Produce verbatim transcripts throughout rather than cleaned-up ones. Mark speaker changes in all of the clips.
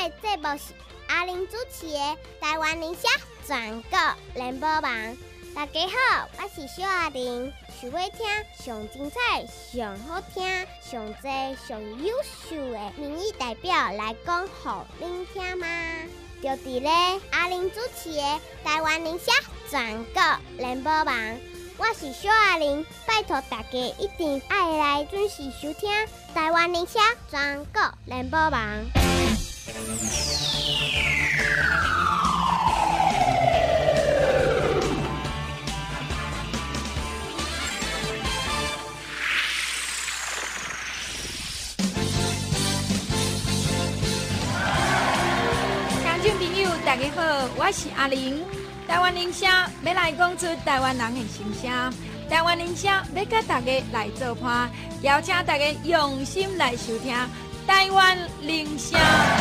Speaker 1: 的节目是阿玲主持的台湾宁夏全国联播网。大家好，我是小阿玲。想要听上精彩、上好听、上多、上优秀的民意代表来讲给您听吗？就伫咧阿玲主持的台湾宁夏全国联播网。我是小阿玲，拜托大家一定爱来准时收听台湾宁夏全国联播网。
Speaker 2: 听众朋友，大家好，我是阿玲。台湾宁夏要来讲出台湾人的心声，台湾宁夏要甲大家来做伴，邀请大家用心来收听台湾宁夏。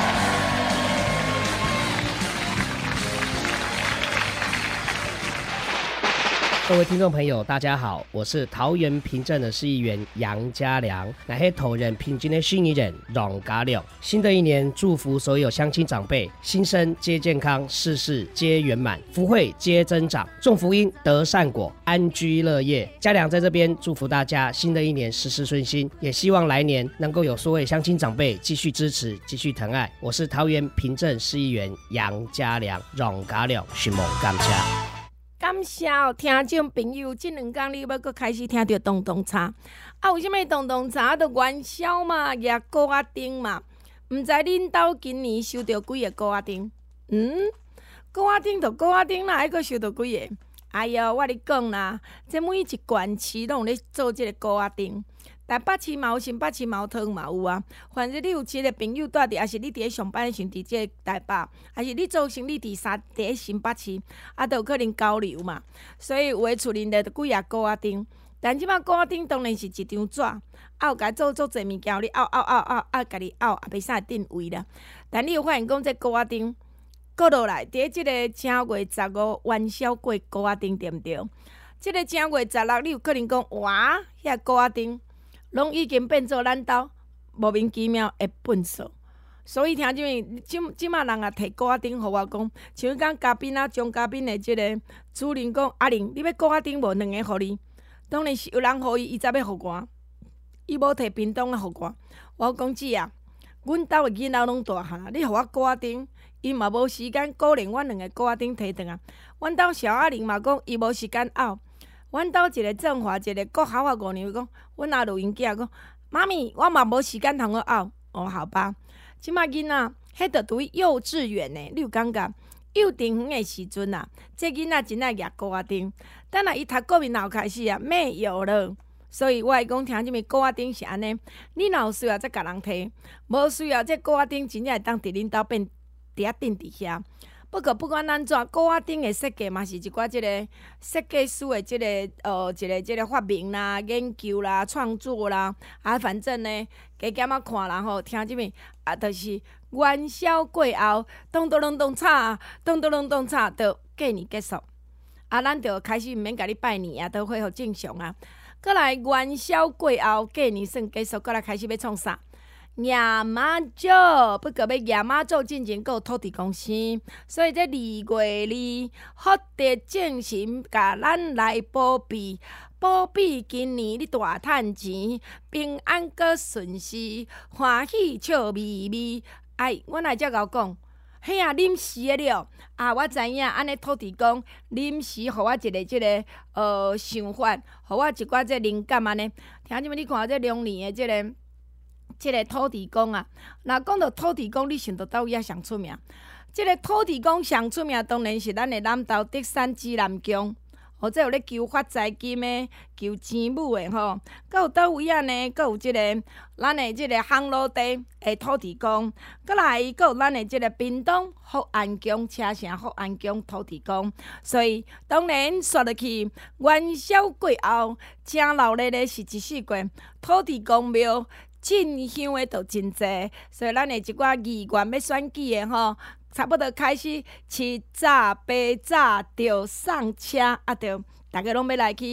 Speaker 3: 各位听众朋友，大家好，我是桃园平镇的市议员杨家良，乃是桃园平镇的新议员荣家良。新的一年，祝福所有乡亲长辈，新生皆健康，事事皆圆满，福慧皆增长，种福音得善果，安居乐业。家良在这边祝福大家，新的一年事事顺心，也希望来年能够有所有乡亲长辈继续支持，继续疼爱。我是桃园平镇市议员杨家良，荣家良，询问感谢。
Speaker 2: 感谢哦，听众朋友，这两天你要搁开始听到咚咚茶啊？为什么咚咚茶就元宵嘛，也糕仔丁嘛？唔知恁兜今年收到几个糕仔丁？嗯，糕仔丁就糕仔丁啦，还搁收到几个？哎哟，我你讲啦，这每一县市拢有咧做这个糕仔丁。台北市嘛有，新北市嘛有，桃园嘛有啊。反正你有一个朋友住伫，还是你伫咧上班的时候伫这个台北，还是你做生意伫三伫咧新北市，啊，都有可能交流嘛。所以有诶厝里咧几啊糕仔丁，但即摆糕仔丁当然是一张纸，啊有甲做做侪物件，你拗拗拗拗拗，家己拗也袂使定位啦。但你有发现讲这糕仔丁，过落来伫即个正月十五元宵过糕仔丁，对毋对？即个正月十六，你有可能讲哇，遐糕仔丁。拢已经变做咱兜莫名其妙的粪扫，所以听即面即即马人也摕糕仔丁，互我讲，像讲嘉宾啊，张嘉宾的即个主任讲，阿玲，你要糕仔丁无？两个互你，当然是有人互伊，伊才要互我，伊无摕便当啊互我。我讲姊啊，阮兜的囡仔拢大汉啊，你互我糕仔丁，伊嘛无时间鼓励阮两个糕仔丁摕转啊。阮兜小阿玲嘛讲，伊无时间拗。阮兜一个振华，一个国校啊五娘讲，阮阿录音囝讲，妈咪，我嘛无时间通我拗。哦，好吧，即摆囡仔，迄着读幼稚园呢，你有感觉？幼稚园的时阵啊，这囡仔真爱举糕仔丁，等下伊读国民后开始啊，没有了。所以我会讲，听即面糕仔丁是安尼，你若有需要再甲人摕，无需要这糕仔丁真正会当伫恁兜变伫遐定伫遐。不过不管安怎，糕仔丁的设计嘛是一寡即个设计师的即、这个呃一个即个发明啦、研究啦、创作啦，啊，反正呢，加减啊看啦吼，听即面啊，就是元宵过后，咚咚咚咚吵，咚咚咚咚吵，就过年结束。啊，咱就开始毋免甲你拜年啊，都恢复正常啊。过来元宵过后，过年算结束，过来开始要创啥？夜妈祖，不过要夜妈祖进前，还有土地公生，所以这二月二福德正神，甲咱来保庇，保庇今年你大趁钱，平安搁顺遂，欢喜笑眯眯。哎，阮来遮甲讲，嘿啊，临时的了啊！我知影，安尼土地公临时，互我一个即、这个呃想法，互我一寡这灵感安尼。听即摆你看这龙年的即、这个。即个土地公啊，若讲到土地公，你想到倒位啊上出名？即个土地公上出名，当然是咱的南投德山指南宫，或者有咧求发财金的、求钱母的吼。搁有倒位啊呢？搁有即、这个咱的即个烘炉地的土地公，搁来搁有咱的即个屏东福安宫、车城福安宫土地公。所以当然说落去，元宵过后，正闹热的是一四月土地公庙。进香的就真济，所以咱的一寡议员要选举的吼，差不多开始七早八早就上车，啊，就大家拢要来去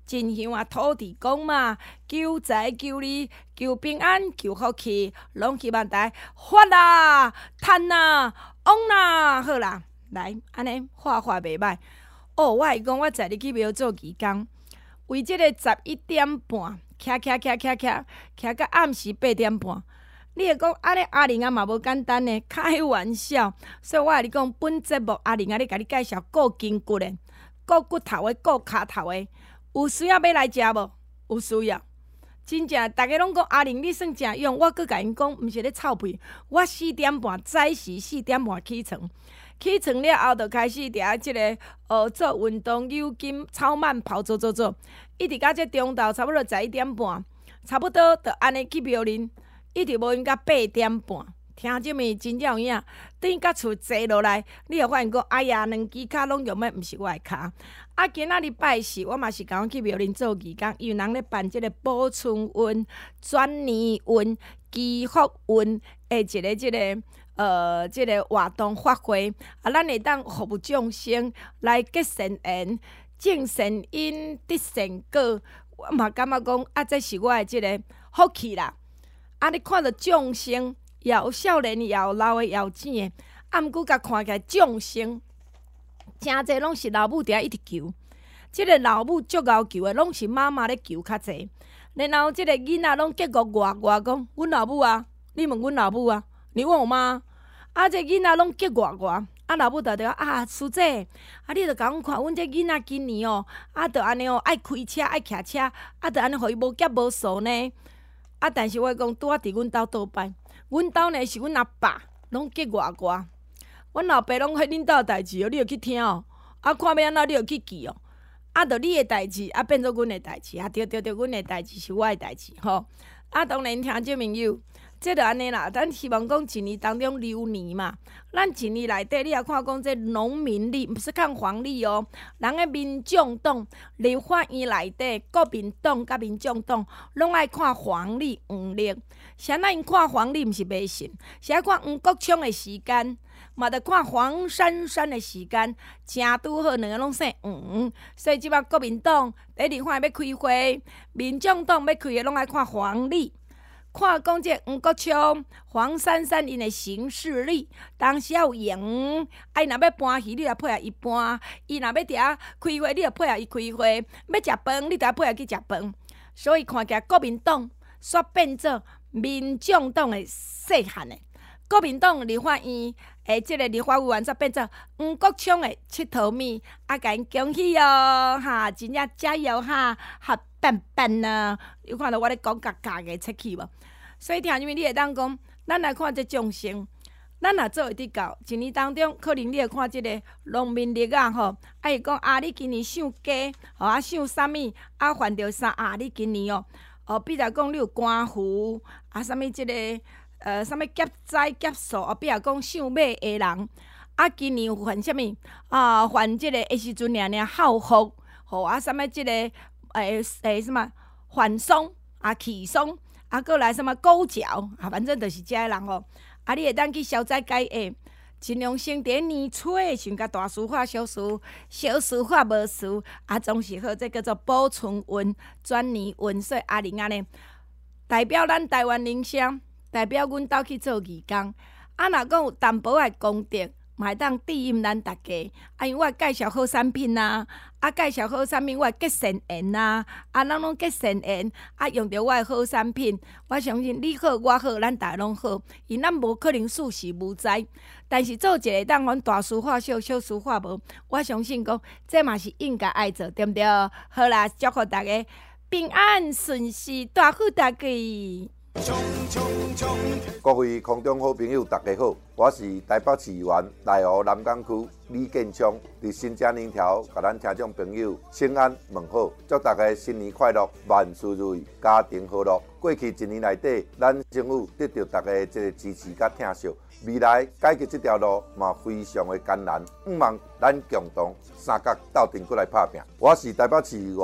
Speaker 2: 真香啊！土地公嘛，求财求利、求平安、求福气，拢希望大家发啦、赚啦、旺啦，好啦，来安尼画画袂歹。哦，我会讲，我载你去庙做义工，为即个十一点半，徛徛徛徛徛，徛到暗时八点半。你会讲安尼阿玲啊嘛无简单呢，开玩笑。所以我甲你讲，本节目阿玲啊，咧甲你介绍顾筋骨的、顾骨头的、顾骹头的，有需要要来食无？有需要。真正，逐个拢讲阿玲，你算诚勇。我阁甲因讲，毋是咧臭屁。我四点半早时四点半起床，起床了后就开始伫遐即个呃做运动、有筋、超慢跑，做做做，一直到这中昼差不多十一点半，差不多就安尼去庙林。一直无闲到八点半，听即物真正有影。等于甲厝坐落来，你会发现讲，哎呀，两支骹拢用的毋是我的骹。啊，今仔日拜四，我嘛是共阮去庙林做义工，有人咧办即个保春运、转年运、祈福运的一个即个呃即个活动发挥。啊，咱会当服务众生，来结善缘、种善因、得善果。我嘛感觉讲，啊，这是我的即个福气啦。啊！你看到众生，也有少年，也有老的，也有钱的。啊，毋过甲看起来众生，诚侪拢是老母伫遐一直求。即、這个老母足够求的，拢是妈妈咧求较侪。然后即个囡仔拢结果外外讲，阮老母啊，你问阮老母啊，你问我妈。啊，这囡仔拢结外外。啊，老母就着啊，师姐，啊，你着甲阮看，阮这囡仔今年哦，啊，着安尼哦，爱开车，爱骑车，啊，着安尼，互伊无劫无数呢。啊！但是我讲，拄啊伫阮兜倒摆，阮兜呢是阮阿爸拢结外外，阮老爸拢迄恁兜代志哦，你着去听哦。啊，看要安怎，你着去记哦。啊，着你的代志，啊变做阮的代志，啊对对对，阮的代志是我的代志吼。啊，当然听众朋友，即着安尼啦。咱希望讲一年当中流年嘛，咱一年内底，你也看讲这农民历，毋是看黄历哦。人个民众党立法院内底，国民党甲民众党拢爱看黄历、黄历。谁咱因看黄历毋是迷信，是爱看黄国昌的时间，嘛得看黄珊珊的时间，正拄好两个拢姓黄。所以即摆国民党第立法院要开会，民众党要开的拢爱看黄历。看讲这黄国昌、黄珊珊因的行事历，当时有赢，啊伊若要搬戏，你着配合伊搬；伊若要伫遐开会，你着配合伊开会；要食饭，你着配合去食饭。所以看起来国民党煞变做民众党的细汉的，国民党立法院诶，即个立法委员煞变做黄国昌的佚佗物，啊，甲因恭喜哦，哈，真正加油哈，哈棒棒啊！有看到我咧讲家家嘅出去无？所以听入面你会当讲，咱来看这众生，咱若做会得到，一年当中可能你会看即个农民历啊吼，啊伊讲啊，你今年想鸡，吼啊想啥物，啊犯着啥啊？你今年哦，哦比如讲你有官符，啊啥物即个呃啥物劫灾劫数，啊比如讲想买的人，啊今年有犯啥物啊？犯即个的时阵尔尔好福，吼啊啥物即个诶诶什么反松啊起松。啊，过来什么狗脚啊，反正就是遮个人吼。啊，你会当去消灾解厄，尽量先伫年初的时阵，甲大事化小事，小事化无事，啊，总是好。这叫做保春运、转年运。所以阿玲安尼代表咱台湾人乡，代表阮兜去做义工。啊，若讲有淡薄仔功德，嘛会当踮引咱大家。啊，因为我会介绍好产品呐、啊，啊介绍好产品，我会结善缘呐，啊，咱拢结善缘，啊用着我的好产品，我相信你好我好，咱大家拢好。因咱无可能事事无知，但是做一个当阮大事化小，小事化无，我相信讲这嘛是应该爱做，对毋对？好啦，祝福大家平安顺遂，大福大吉。
Speaker 4: 各位空中好朋友，大家好，我是台北市议员内湖南港区李建昌，伫新正年条，甲咱听众朋友请安问好，祝大家新年快乐，万事如意，家庭和乐。过去一年内底，咱政府得到大家即个支持甲疼惜，未来解决这条路嘛非常的艰难，毋望咱共同三角斗阵过来拍拼。我是台北市议员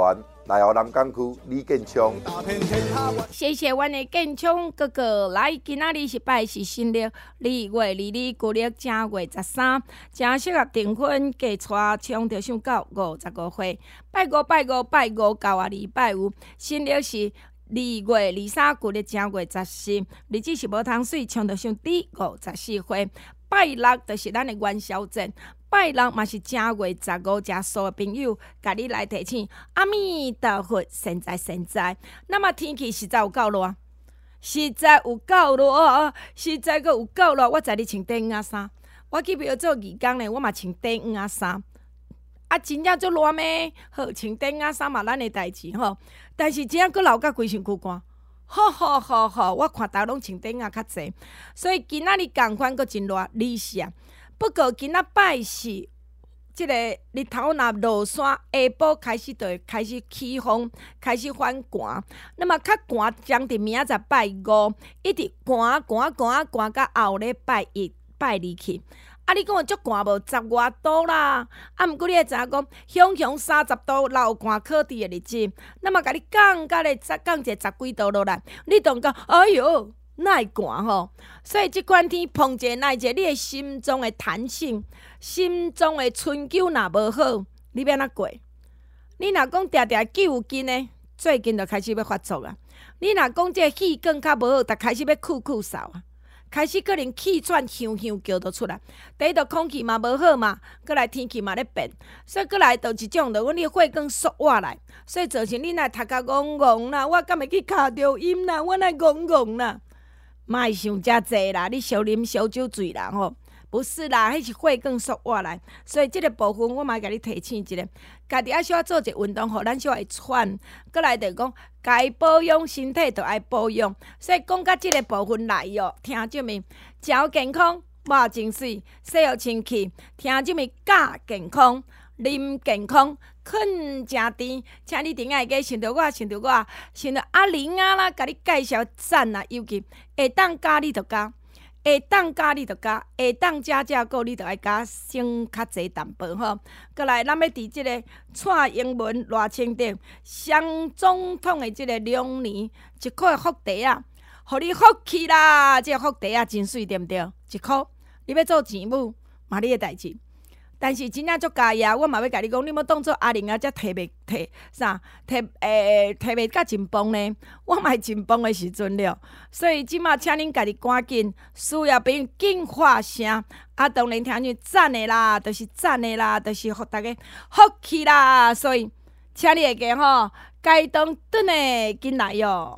Speaker 4: 内湖南港区李建昌。
Speaker 2: 谢谢阮的建昌哥哥，来，今仔日是拜是新历二月二日旧历正月十三，正适合订婚嫁娶，冲着上到五十五岁。拜五拜五拜五九啊二拜五，新历是二月二三旧历正月十四，日子是无通水，冲着上至五十四岁。拜六就是咱的元宵节。拜六嘛是正月十五，食素的朋友，甲你来提醒阿弥陀佛，善哉善哉。那么天气实在有够热，实在有够热，实在阁有够热。我昨日穿短袄衫，我去庙做义工呢，我嘛穿短袄衫。啊，真正足热咩？好，穿短袄衫嘛，咱的代志吼。但是真正阁流甲规身躯汗。好好好好，我看大家拢穿短袄较济，所以今仔日共款阁真热，理想。不过今仔拜是即个日头若落山，下晡开始就会开始起风，开始反寒。那么较寒将伫明仔载拜五，一直寒寒寒寒到后礼拜一拜二去。啊，你讲足寒无？十外度啦。啊，毋过你会知影讲，雄雄三十度流汗可治的日子，那么甲你降甲咧，降一个十几度落来，你当讲，哎哟！哪会寒吼？所以即款天碰者哪一者，你的心中的弹性、心中的春秋若无好，你要安怎过？你若讲定定救筋呢，最近就开始要发作啊！你若讲这气管较无好，就开始要咳咳嗽啊，开始可能气喘、香香叫都出来。第一道空气嘛无好嘛，过来天气嘛咧变，所以过来就一种，就阮你血管缩活来，所以造成你若头壳戆戆啦，我敢会去卡着音啦，我若戆戆啦。莫想遮济啦！你少啉烧酒醉啦吼，不是啦，迄是血管缩活来。所以即个部分我嘛甲你提醒一下，家己还需要做一运动，互咱小会喘。过来就讲，该保养身体就爱保养。所以讲到即个部分来哟，听众们，食健康，抹净水，洗好清气。听众们，教健康，啉健康。困真甜，请你顶下个想着我，想着我，想着阿玲啊啦，甲你介绍赞啊，尤其会当加你就加，会当加你就加，会当加加购你就爱加，先较济淡薄吼。过来，咱要伫即个蔡英文热清顶上总统的即个两年一块的福茶啊，互你福气啦！即、這個福茶啊，真水对毋对？一箍，你要做钱母，嘛你的代志。但是真正足家己啊，我嘛要甲你讲，你要当做阿玲啊，才摕袂摕啥摕诶摕袂甲真棒呢？我嘛是真棒的时阵了，所以即马请恁家己赶紧，需要朋友紧发声。啊，当然听见赞的啦，就是赞的啦，就是互大家福气啦。所以请你会记吼，该当转的紧来哟。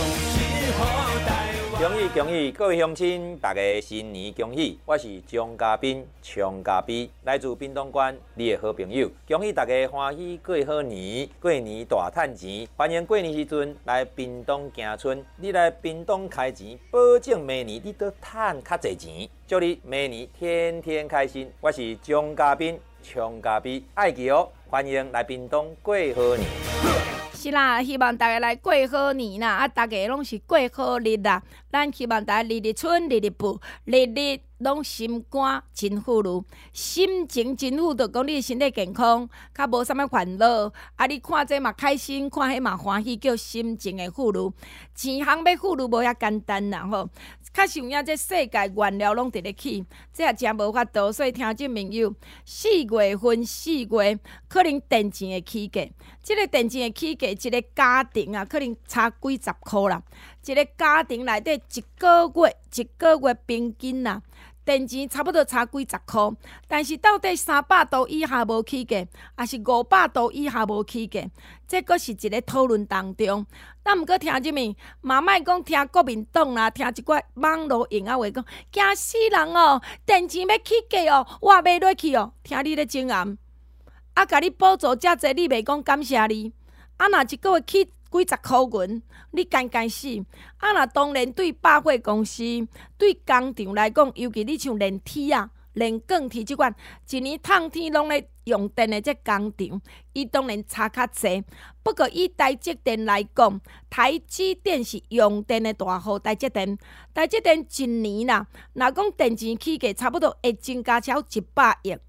Speaker 5: 恭喜恭喜各位乡亲，大家新年恭喜！我是张嘉宾，张嘉宾来自屏东县，你的好朋友。恭喜大家欢喜过好年，过年大赚钱。欢迎过年时阵来屏东行村，你来屏东开钱，保证明年你都赚较侪钱。祝你明年天天开心！我是张嘉宾，张嘉宾爱记哦，欢迎来屏东过好年。
Speaker 2: 是啦，希望大家来过好年啦！啊，大家拢是过好日啦。咱希望大家日日春，日日富，日日拢心肝真富裕，心情真富，就讲你身体健康，较无啥物烦恼。啊，你看这嘛开心，看迄嘛欢喜，叫心情的富裕。钱行要富裕无遐简单啦吼。较想影这世界原料拢伫咧起，这也真无法度。所以听众朋友，四月份四月可能电钱会起价，即、这个电钱会起价，一个家庭啊，可能差几十箍啦。一个家庭内底一个月一个月平均啦，电钱差不多差几十箍。但是到底三百度以下无起价，还是五百度以下无起价？这阁是一个讨论当中。咱毋过听即面，嘛莫讲听国民党啦，听一寡网络用啊话讲，惊死人哦！电钱要起价哦，我买落去哦，听你咧种暗，啊，甲你补助遮济，你袂讲感谢你，啊，若一个月起几十箍银，你干干死。啊，若当然对百货公司、对工厂来讲，尤其你像炼铁啊、炼钢铁即款，一年通天拢咧用电的这工厂，伊当然差较济。不过以台积电来讲，台积电是用电的大户。台积电，台积电一年啦，若讲电钱起价差不多会增加超一百亿。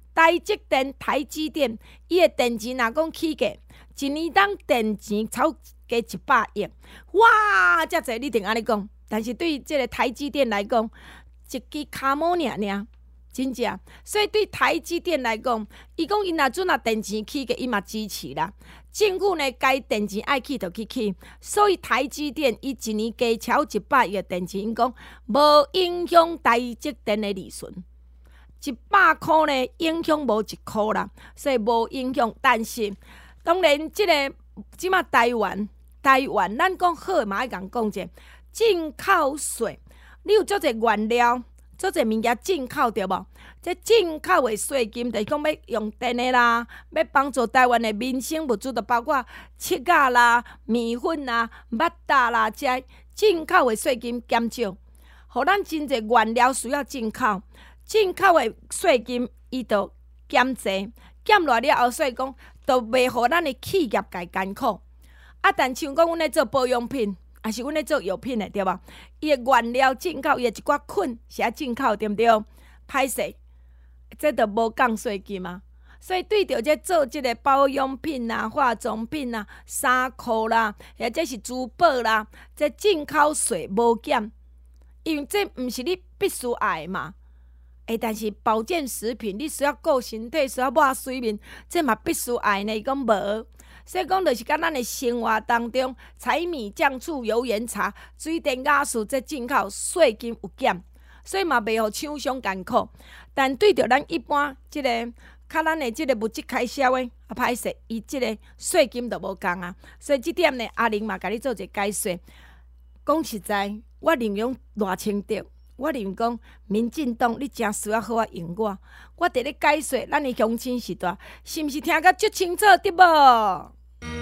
Speaker 2: 台积电、台积电，伊的电钱若讲起价，一年当电钱超加一百亿，哇！遮济你一定安尼讲。但是对即个台积电来讲，一支卡毛尔尔，真正。所以对台积电来讲，伊讲伊若准若电钱起价，伊嘛支持啦。政府呢，该电钱爱起就去起，所以台积电伊一年加超一百亿的电钱，因讲无影响台积电的利润。一百箍呢，影响无一箍啦，所以无影响。但是当然，即、这个即马台湾，台湾咱讲好嘛，爱共讲者。进口税，你有足侪原料，足侪物件进口对无？这进口的税金，就是讲要用电的啦，要帮助台湾的民生物资，就包括七仔啦、米粉啦、麦达啦，这进口的税金减少，互咱真侪原料需要进口，进口的税金伊就减济，减落了后，所以讲就袂互咱的企业家艰苦。啊，但像讲阮咧做保养品。也是阮咧做药品的，对吧？伊的原料进口，伊的一寡菌是爱进口，对毋对？歹势，这著无降税金嘛。所以对着这做即个保养品啦、化妆品啦、衫裤啦，或者是珠宝啦，这进口税无减，因为这毋是你必须爱嘛。诶，但是保健食品你需要顾身体，需要抹水面，这嘛必须爱呢？伊讲无。所以讲，就是甲咱的生活当中，柴米酱醋油盐茶、水电瓦斯这进口税金有减，所以嘛袂互厂商艰苦。但对着咱一般即、这个较咱的即个物质开销的啊歹势，伊即个税金就无共啊。所以即点呢，阿玲嘛甲你做一个解说。讲实在，我认为偌清德，我认为讲民进党你真需要好啊用我。我伫咧解说咱的乡亲时代，是毋是听甲足清楚对无？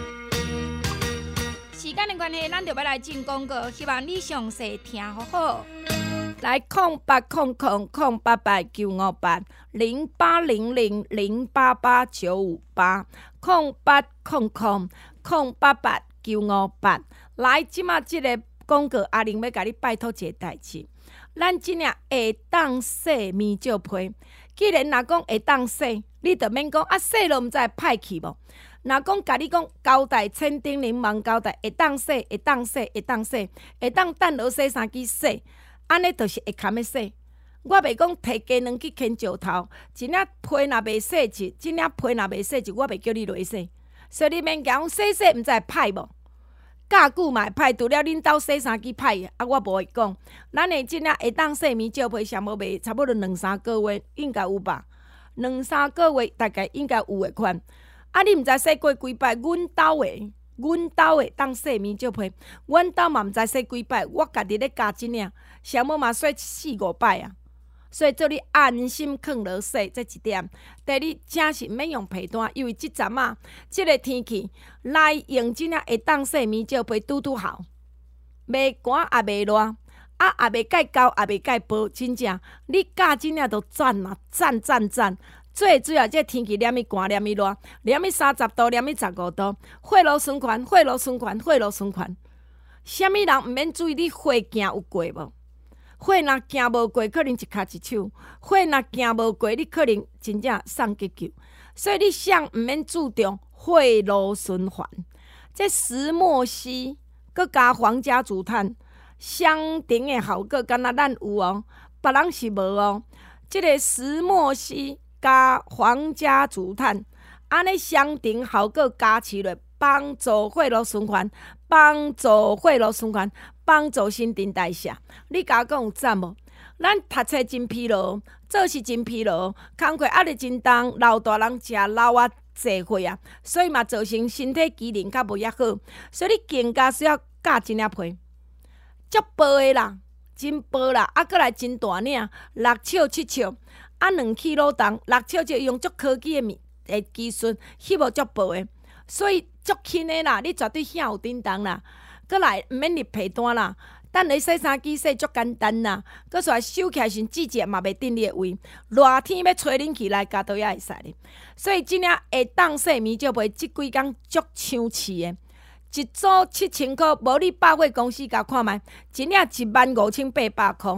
Speaker 2: 时间的关系，咱就要来进广告，希望你详细听好好。来，空八空空空八八九五八零八零零零八八九五八空八空空空八八九五八。来，即马即个广告，阿玲要甲你拜托一个代志，咱真正会当洗面罩皮。既然若讲会当洗，你就免讲啊洗了毋知会歹去无。若讲甲你讲交代千叮咛万交代，会当洗，会当洗，会当洗，会当等落洗衫机洗，安尼就是会堪要洗。我袂讲摕鸡卵去牵石头，一领皮若袂洗一，一领皮若袂洗一，我袂叫你落洗。所以你免讲洗洗毋知会歹无？教久嘛会歹，除了恁兜洗衫机歹，啊我无会讲。咱的即领会当洗面罩皮，上无卖差不多两三个月，应该有吧？两三个月大概应该有诶款。啊！你毋知洗过几摆？阮兜诶，阮兜诶当洗面罩皮，阮兜嘛毋知洗几摆。我家己咧加一领，上无嘛洗四五摆啊。所以做你安心放落洗，这一点。第二，真是毋免用被单，因为即阵啊，即个天气来用即领会当洗面罩皮拄拄好，袂寒也袂热，啊也袂介厚，也袂介薄，真正你加即领都赞啊，赞赞赞！最主要，这天气黏伊寒，黏伊热，黏伊三十度，黏伊十五度，血路循环，血路循环，血路循环。啥物人毋免注意？你血行有过无？血若行无过，可能一骹一手；血若行无过，你可能真正送急救。所以你想毋免注重血路循环。这石墨烯，佮加皇家竹炭，相同的效果，敢若咱有哦，别人是无哦。这个石墨烯。加皇家竹炭，安尼相同效果加起来，帮助血路循环，帮助血路循环，帮助新陈代谢。你甲我讲有赞无？咱读册真疲劳，做事真疲劳，工课压力真重，老大人食老啊济岁啊，所以嘛造成身体机能较无遐好。所以你更加需要加一领皮，足薄的啦，真薄啦，啊，搁来真大领，六尺七尺。啊，两 K G 重，六尺就用足科技的面诶技术，翕无足薄诶，所以足轻诶啦，你绝对遐有叮当啦。搁来毋免入被单啦，等你洗衫机洗足简单啦。搁出来收起来时季节嘛袂定你诶位，热天要吹冷气来加倒也会使哩。所以即领会当洗面罩皮，即几工足抢市诶。一组七千箍，无你百货公司甲看卖，一领一万五千八百箍。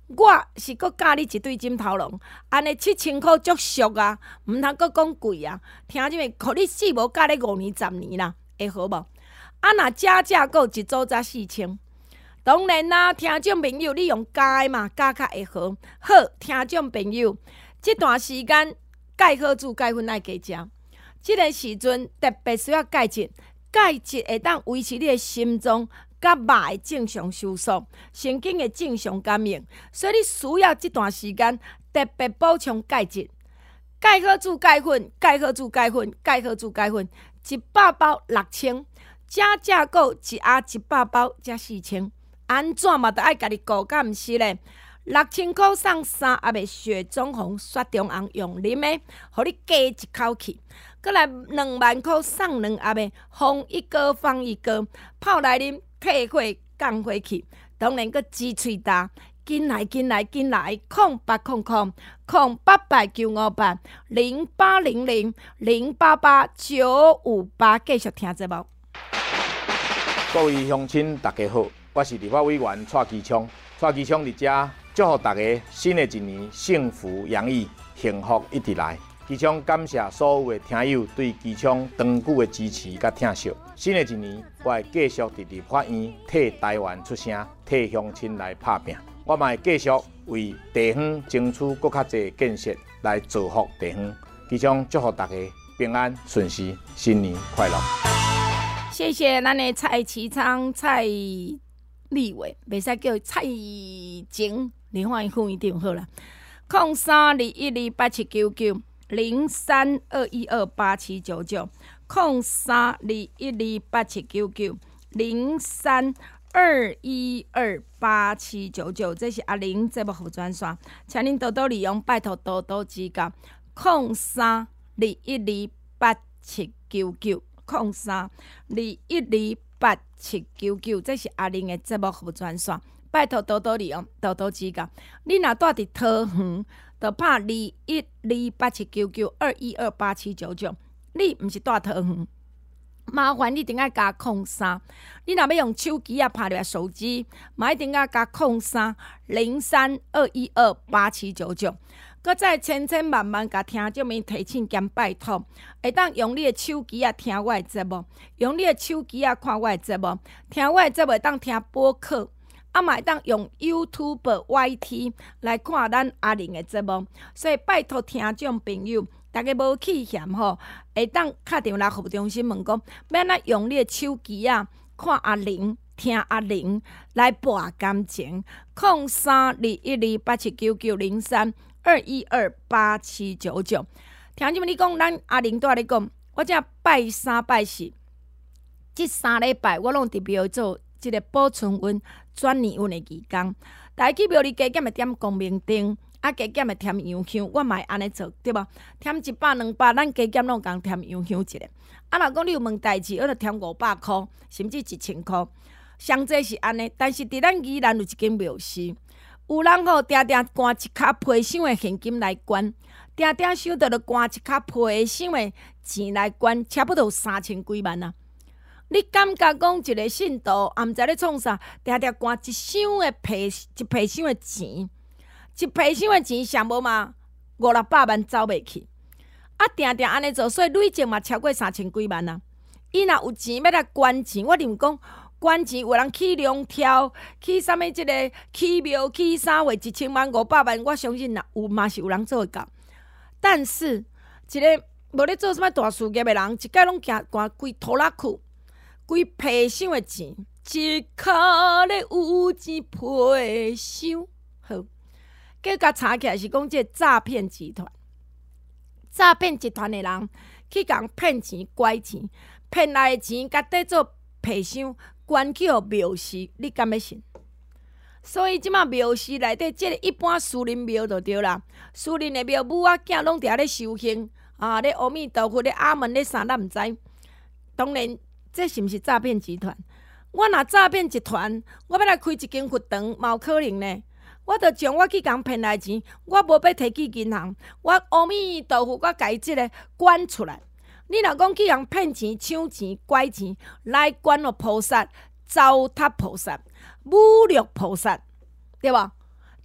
Speaker 2: 我是搁教你一对枕头龙，安尼七千箍足俗啊，毋通搁讲贵啊。听什么？互你死无教你五年十年啦，会好无？啊，若加价购一组才四千。当然啦，听众朋友，你用加的嘛，加较会好。好，听众朋友，这段时间钙好煮钙粉爱加食。即个时阵特别需要钙质，钙质会当维持你的心脏甲肉的正常收缩，神经的正常感应，所以你需要这段时间特别补充钙质。钙好煮钙粉，钙好煮钙粉，钙好煮钙粉，一百包六千，加价购一盒一百包才四千，安怎嘛都爱家己顾，敢毋是咧？六千块送三盒的雪中红雪中红用啉的，互你加一口气。搁来两万块送两盒的风一哥放一哥，泡来啉退火降火气。当然搁支喙焦，紧来紧来紧来，空八空空空八八九五八零八零零零八八九五八，继续听节目。
Speaker 6: 各位乡亲，大家好，我是立法委员蔡其昌。蔡其昌伫遮祝福大家新的一年幸福洋溢，幸福一直来。其昌感谢所有的听友对其昌长久的支持甲疼惜。新的一年，我会继续伫立法院替台湾出声，替乡亲来拍拼。我嘛会继续为地方争取更较侪建设来造福地方。其昌祝福大家平安顺遂，新年快乐！
Speaker 2: 谢谢咱的蔡其昌蔡立委，袂使叫蔡晴，你换伊副院长好啦。空三二一二八七九九零三二一二八七九九，空三二一二八七九九零三二一二八七九九，这是阿玲节目副专线，请您多多利用，拜托多多指教。空三二一二八七九九，空三二一二八七九九，这是阿玲的节目副专线，拜托多多利用，多多指教。你若住伫桃园，就拍二一二八七九九二一二八七九九。你毋是住桃园，麻烦你一定要加空三。你若要用手机啊拍入来手机，嘛一定要加空三零三二一二八七九九。搁再千千万万甲听众们提醒兼拜托，会当用你的手机啊听我的节目，用你的手机啊看我的节目，听我的节目会当听播客，啊嘛会当用 YouTube、Y T 来看咱阿玲的节目。所以拜托听众朋友，大家无气嫌吼，会当打电话来服务中心问讲，要安怎用你的手机啊看阿玲。听阿玲来博感情，空三二一二八七九九零三二一二八七九九。听众们，你讲咱阿玲拄仔咧讲，我只拜三拜四，即三礼拜我拢伫庙做即个保存运、转年运的期间。大家去庙里加减的点光明灯，啊加减的添洋香，我嘛会安尼做，对无？添一百两百，咱加减拢共添洋香一个。啊，若讲你有问代志，我著添五百箍，甚至一千箍。上济是安尼，但是伫咱宜兰有一间庙寺，有人吼定定赶一卡皮箱的现金来捐，定定想到了赶一卡皮箱的钱来捐，差不多有三千几万啊！你感觉讲一个信徒，也毋知咧创啥，定定捐一箱的皮一皮箱的钱，一皮箱的钱上无嘛五六百万走袂去，啊定定安尼做，所以累积嘛超过三千几万啊！伊若有钱要来捐钱，我认为讲。捐钱有人去龙跳，去啥物即个去庙去啥话一千万五百万，我相信啦有嘛是有人做会到。但是一个无咧做啥物大事业的人，一概拢行捐规拖拉裤，规皮箱的钱，一卡咧有钱皮箱。好，结果查起来是讲即个诈骗集团，诈骗集团的人去共骗钱、拐钱，骗来的钱甲缀做皮箱。捐去互庙寺，你敢要信？所以即马庙寺内底，即个一般私人庙就对啦。私人的庙母仔囝拢伫遐咧修行啊，咧阿弥陀佛，咧阿门，咧啥咱毋知。当然，这是毋是诈骗集团？我若诈骗集团，我要来开一间佛堂，嘛有可能呢。我着将我去共骗来钱，我无要摕去银行，我阿弥陀佛，我家己即个捐出来。你若讲去人骗钱、抢钱、拐钱，来捐互菩萨、糟蹋菩萨、侮辱菩萨，对无？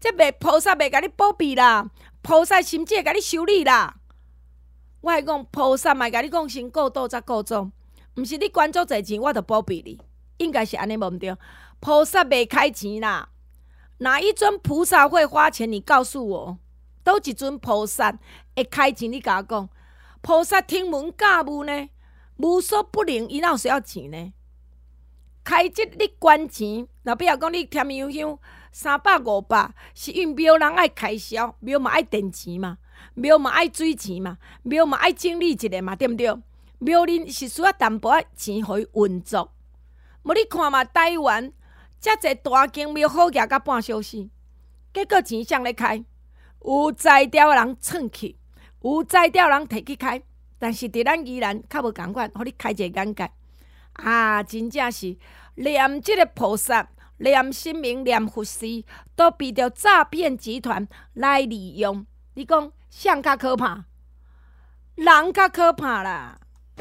Speaker 2: 这袂菩萨袂甲你保庇啦，菩萨甚至会甲你修理啦。我会讲菩萨嘛，甲你讲先过度才过众，毋是你捐足侪钱，我就保庇你，应该是安尼无毋对。菩萨袂开钱啦，哪一尊菩萨会花钱？你告诉我，倒一尊菩萨会开钱？你甲我讲，菩萨听闻驾雾呢，无所不能，伊哪有需要钱呢？开即你捐钱，若比如讲你添油香三百五百，是因庙人爱开销，庙嘛爱电钱嘛，庙嘛爱水钱嘛，庙嘛爱整理一下嘛，对毋对？庙里是需要淡薄仔钱互伊运作。无你看嘛，台湾遮济大间庙好举甲半小时，结果钱谁咧开？有才调的人蹭去，有才调的人摕去开，但是伫咱宜兰较无共款，互你开一个眼界。啊，真正是念即个菩萨，念神明，念佛师，都被着诈骗集团来利用。你讲谁较可怕？人较可怕啦！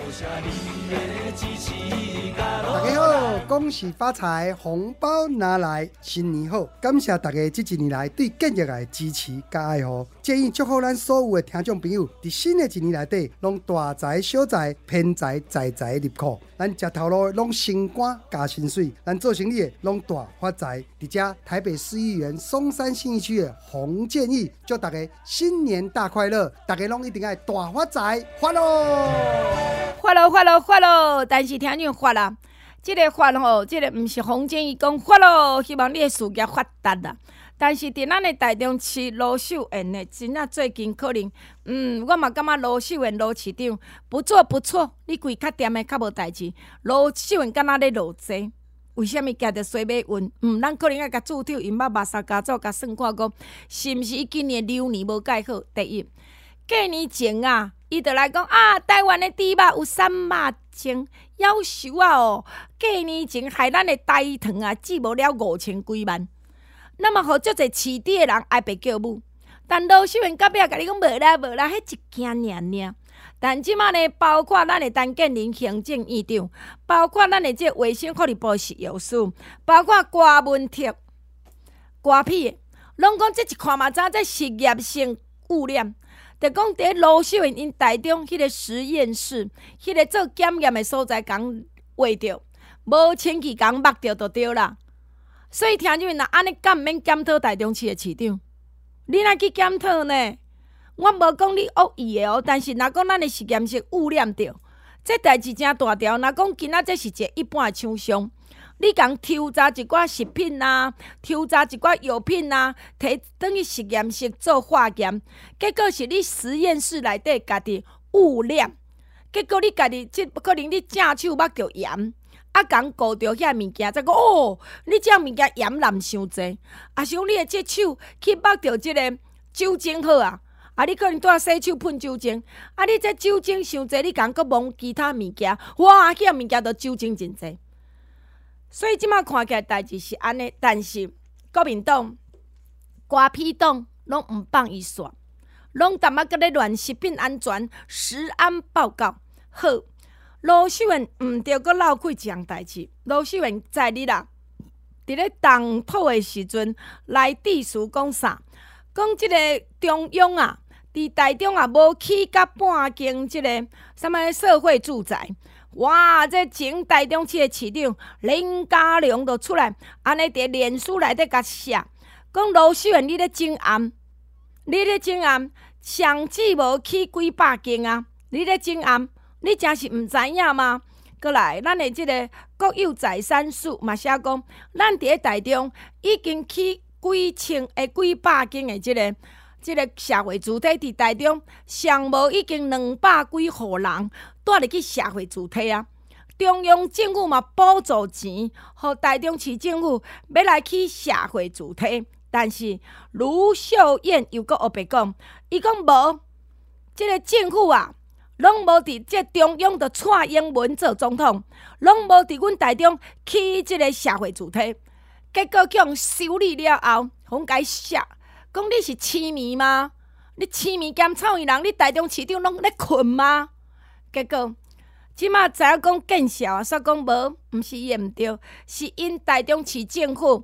Speaker 7: 大家好，恭喜发财，红包拿来，新年好！感谢大家这一年来对建业的支持甲爱护。建议祝福咱所有的听众朋友，伫新的一年内底，拢大财小财，偏财财财入库。咱食头路的拢升官加薪水，咱做生意的拢大发财。伫遮台北市议员松山信义区的洪建义，祝大家新年大快乐！大家拢一定要大发财，发咯！
Speaker 2: 发咯发咯发咯！但是听众发啦。即个发吼，即个毋是洪建义讲发咯，希望你的事业发达啦。但是伫咱的台中市罗秀燕的，真啊最近可能，嗯，我嘛感觉罗秀燕罗市长不错不错，你规较店的较无代志。罗秀燕敢若咧落济，为虾米行着西马运？嗯，咱可能要甲注定因捌目三家族甲算看讲，是毋是今年流年无介好？第一，过年前啊，伊就来讲啊，台湾的猪肉有三肉精。夭寿啊哦！过年前害咱的台糖啊，只无了五千几万。那么，互足侪饲猪的人爱白叫母，但罗秀燕到尾甲你讲无啦无啦，迄一件尔尔。但即马呢，包括咱的陈建仁行政院长，包括咱的这卫生福利部食药师，包括郭文剔、郭屁，拢讲这一看嘛，知这实验性污染。就讲伫罗秀燕因台中迄个实验室，迄个做检验的所在，讲画着，无清气讲目着就对啦。所以听众若安尼，敢毋免检讨台中市的市长？你若去检讨呢？我无讲你恶意的哦，但是若讲咱的实验室污染着，这代志真大条。若讲今仔这是一个一般的厂商。你共抽查一寡食品啊，抽查一寡药品啊，摕转去实验室做化验，结果是你实验室内底家己污染，结果你家己即可能你正手捌着盐，啊共顾着遐物件，再讲哦，你这物件盐淋伤济，啊像你的这手去捌着即个酒精好啊，啊你可能带洗手喷酒精，啊你这酒精伤济，你共佮摸其他物件，哇，遐物件都酒精真济。所以即马看起来代志是安尼，但是国民党、瓜批党拢毋放伊煞，拢淡仔搁咧乱食品安全食安报告。好，罗秀燕毋着搁闹开一项代志。罗秀燕在日啦，伫咧动土的时阵来致辞讲啥？讲即个中央啊，伫台中啊无起甲半间即个什么社会住宅。哇！这前台中市的市长林佳龙就出来，安尼伫脸书内底甲写，讲罗秀燕你咧整暗，你咧整暗，上至无起几百间啊！你咧整暗，你真是毋知影吗？过来，咱的即个国有财产署嘛写讲，咱伫咧台中已经起几千诶几百间的即个。即个社会主体伫台中，上无已经两百几户人住入去社会主体啊。中央政府嘛补助钱，互台中市政府要来起社会主体。但是卢秀燕又搁黑白讲，伊讲无，即个政府啊，拢无伫即中央的蔡英文做总统，拢无伫阮台中起即个社会主体。结果叫人修理了后，互改写。讲你是痴迷吗？你痴迷兼草原人，你台中市长拢咧困吗？结果即马知影讲见笑啊，煞讲无，毋是伊毋对，是因台中市政府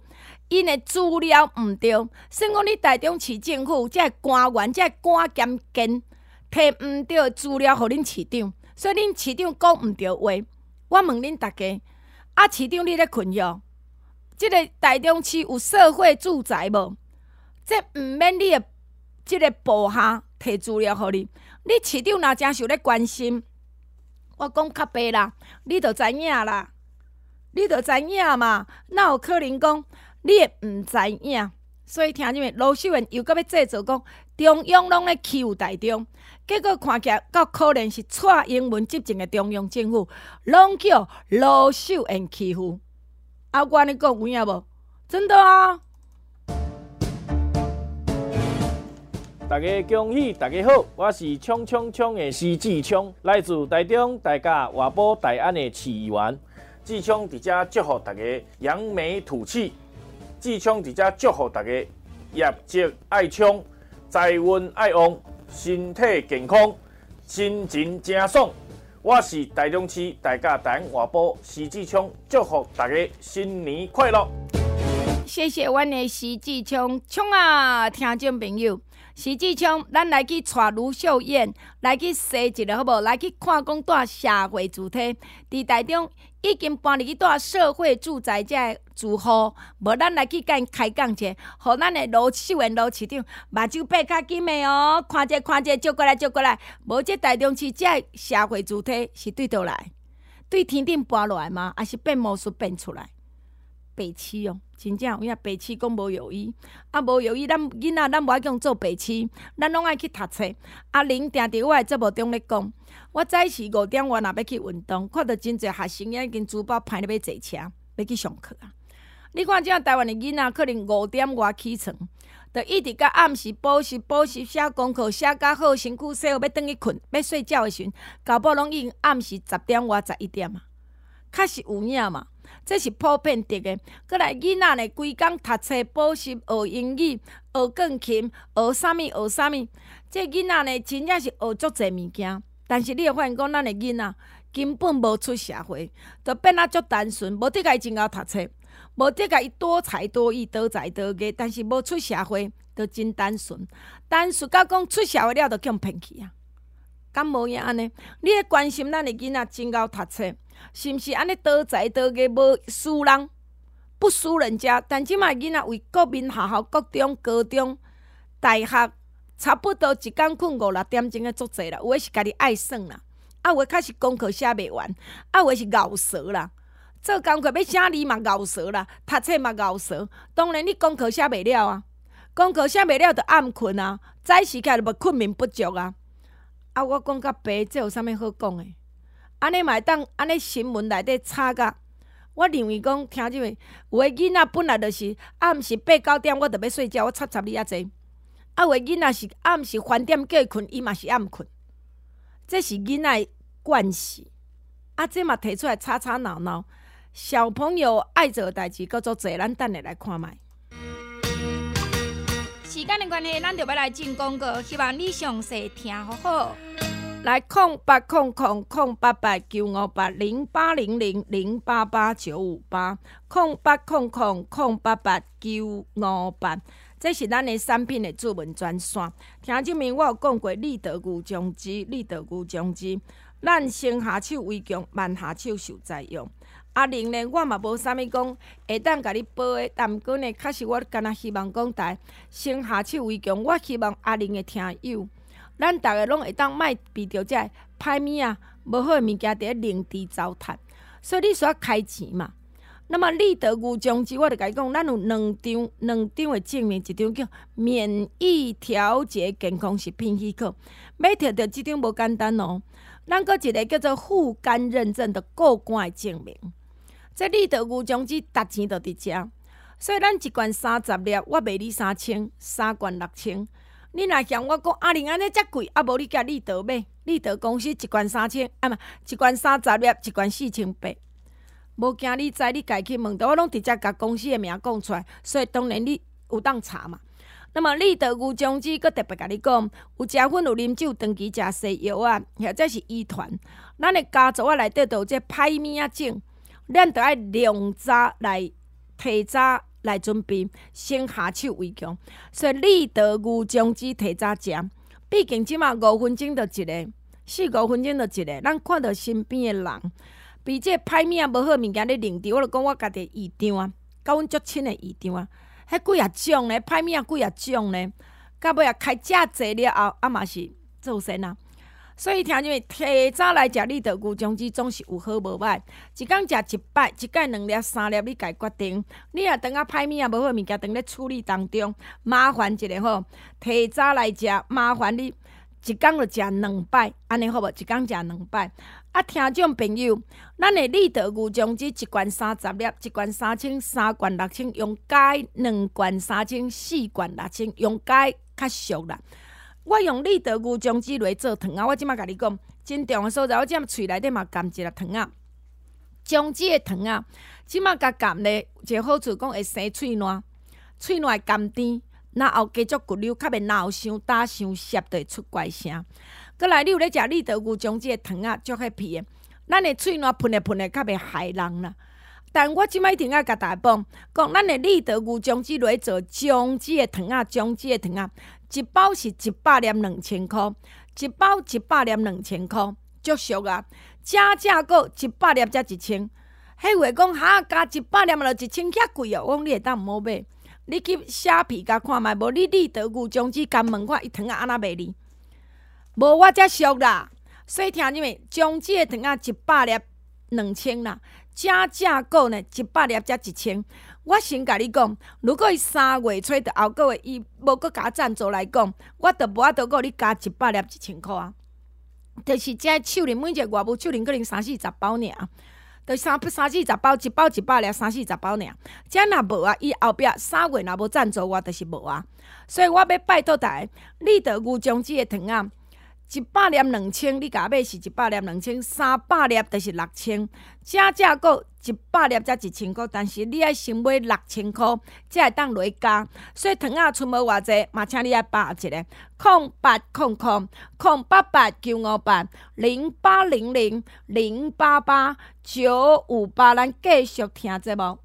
Speaker 2: 因的资料毋对，算讲你台中市政府这官员、这官监监摕毋对的资料，互恁市长，所以恁市长讲毋对话。我问恁大家，啊，市长你咧困扰？即、这个台中市有社会住宅无？这毋免你的即个部下摕资料互你，你市长若真想咧关心，我讲较白啦，你就知影啦，你就知影嘛，哪有可能讲你会毋知影？所以听你们卢秀燕又搁要制造讲中央拢咧欺负台中，结果看起来较可能是蔡英文执政的中央政府，拢叫卢秀燕欺负。啊，我安尼讲有影无？真的啊！
Speaker 8: 大家恭喜大家好，我是冲冲冲的施志聪，来自台中大甲外埔大安的市议员。志聪伫遮祝福大家扬眉吐气，志聪伫遮祝福大家业绩爱冲，财运爱旺，身体健康，心情正爽。我是台中市大甲大安外埔施志聪，祝福大家新年快乐。
Speaker 2: 谢谢阮的施志聪聪啊，听众朋友。施志聪，咱来去带卢秀燕来去踅一个好无？来去看讲带社会主体，伫台中已经搬入去带社会住宅这住户，无咱来去甲因开讲者，互咱的卢秀燕卢市长目睭闭较紧的哦，看者看者，接过来接过来，无这台中市这社会主体是对倒来，对天顶搬落来吗？还是变魔术变出来？白痴哦！真正有影白痴讲无有意，啊无有意，咱囡仔咱无爱讲做白痴，咱拢爱去读册。阿玲定伫我的节目中咧讲，我早时五点我若要去运动，看到真侪学生已经书包排咧要坐车，要去上课啊！你看这台湾的囡仔，可能五点外起床，就一直到暗时补习、补习写功课，写甲好，身躯洗好，要转去困，要睡觉的时阵，到尾拢已经暗时十点外十一点啊！确实有影嘛。这是普遍的个，过来囡仔呢，规工读册、补习、学英语、学钢琴、学啥物、学啥物。这囡仔呢，真正是学足侪物件。但是你会发现讲，咱的囡仔根本无出社会，就变啊足单纯，无得甲伊真够读册，无得甲伊多才多艺、多才多艺。但是无出社会，就真单纯，单纯到讲出社会了，就叫骗去啊！敢无影安尼？你咧关心咱的囡仔真够读册？是毋是安尼多才多艺无输人，不输人家？但即卖囡仔为国民学校、国中、高中、大学，差不多一工困五六点钟的足侪啦。有诶是家己爱算啦，啊有诶较是功课写袂完，啊有诶是熬蛇啦。做功课要写字嘛熬蛇啦，读册嘛熬蛇。当然你功课写袂了啊，功课写袂了就暗困啊，早时起来就无困眠不足啊。啊，我讲较白，这有啥物好讲诶？安尼嘛会当安尼新闻内底插甲，我认为讲听即个有诶囡仔本来就是暗时八九点我就要睡觉，我插插你遐济。啊，有诶囡仔是暗时翻点叫伊困，伊嘛是暗困，这是囡仔诶惯势。啊，这嘛提出来吵吵闹闹，小朋友爱做诶代志，搁做侪，咱等下来看卖。时间的关系，咱就要来进广告，希望你详细听好好。来空八空空空八八九五八零八零零零八八九五八空八空空空八八九五八，这是咱的产品的主文专线。听证明我有讲过，立德牛姜汁，立德牛姜汁，咱先下手为强，慢下手受灾用。阿玲呢，我嘛无啥物讲会当甲你报的，但毋过呢，确实我敢若希望讲台先下手为强。我希望阿玲的听友。咱逐个拢会当莫避着这歹物啊，无好诶物件伫咧灵芝糟蹋，所以你需要开钱嘛。那么立德牛姜汁，我就甲你讲，咱有两张两张诶证明，一张叫免疫调节健康食品许可，要摕到即张无简单哦。咱搁一个叫做护肝认证的过关诶证明，这立德牛姜汁值钱就伫遮，所以咱一罐三十粒，我卖你三千，三罐六千。你若嫌我讲阿玲安尼遮贵，啊无你甲立德买，立德公司一罐三千，啊嘛一罐三十粒，一罐四千八，无惊你知，你家去问到，我拢直接甲公司的名讲出来，所以当然你有当查嘛。那么立德牛姜汁，佮特别甲你讲，有食薰有啉酒，长期食西药啊，或者是医团，咱的家族啊内底都有这歹物仔种，咱着爱量早来提早来准备，先下手为强。所以立德牛姜汁提早食，毕竟即马五分钟就一个，四五分钟就一个，咱看到身边的人，比这歹命无好物件咧领着，我就讲我家己异常啊，甲阮足亲的异常啊，迄几啊种咧，歹命几啊种咧，到尾啊开遮济了后，啊嘛是做甚啊？所以听众们提早来食立德牛姜汁，总是有好无歹。一工食一摆，一摆两粒、三粒，你家决定。你若当啊歹物啊无好物件，当咧处理当中，麻烦一个吼，提早来食，麻烦你一工就食两摆，安尼好无？一工食两摆。啊，听众朋友，咱的立德牛姜汁一罐三十粒，一罐三千，三罐六千，用解两罐三千，四罐六千，用解较俗啦。我用立德牛姜汁来做糖啊！我即马甲你讲，真重的所在，我即马喙内底嘛含一粒糖啊，姜汁的糖啊，即马甲含咧，一个好处讲会生喙烂，喙烂会甘甜，然后加足骨溜，较袂闹伤打伤涩，就会出怪声。过来，你有咧食立德牛姜汁的糖啊，足 happy 的，咱的喙烂喷咧喷咧，较袂害人啦。但我即摆一定要甲大家讲，讲咱的立德牛姜汁来做姜汁的糖啊，姜汁的糖啊。一包是一百粒两千箍，一包一百粒两千箍，足俗啊！正正个一百粒才一千，迄话讲哈加一百粒嘛就一千遐贵哦。我讲你会当毋好买，你去虾皮甲看卖，无你立德牛姜汁甲问看伊糖啊安那卖哩？无我才俗啦。所以听你们姜汁的糖啊一百粒两千啦，正正个呢一百粒才一千。我先甲你讲，如果伊三月初到后个月伊无搁加赞助来讲，我着无法度搁你加一百粒一千箍啊。就是这手lin每一个外母手lin可能三四十包尔，就三三四十包，一包一百粒，三四十包尔。这若无啊，伊后壁三月若无赞助我，就是无啊。所以我要拜托大家，立德牛姜汁的糖啊。一百粒两千，你甲买是一百粒两千，三百粒就是六千，正正个一百粒才一千箍，但是你爱先买六千箍，才会当落加。所以糖啊出无偌济，嘛请你爱把握一个，空八空空空八八九五八零八零零零八八九五八，咱继续听节目。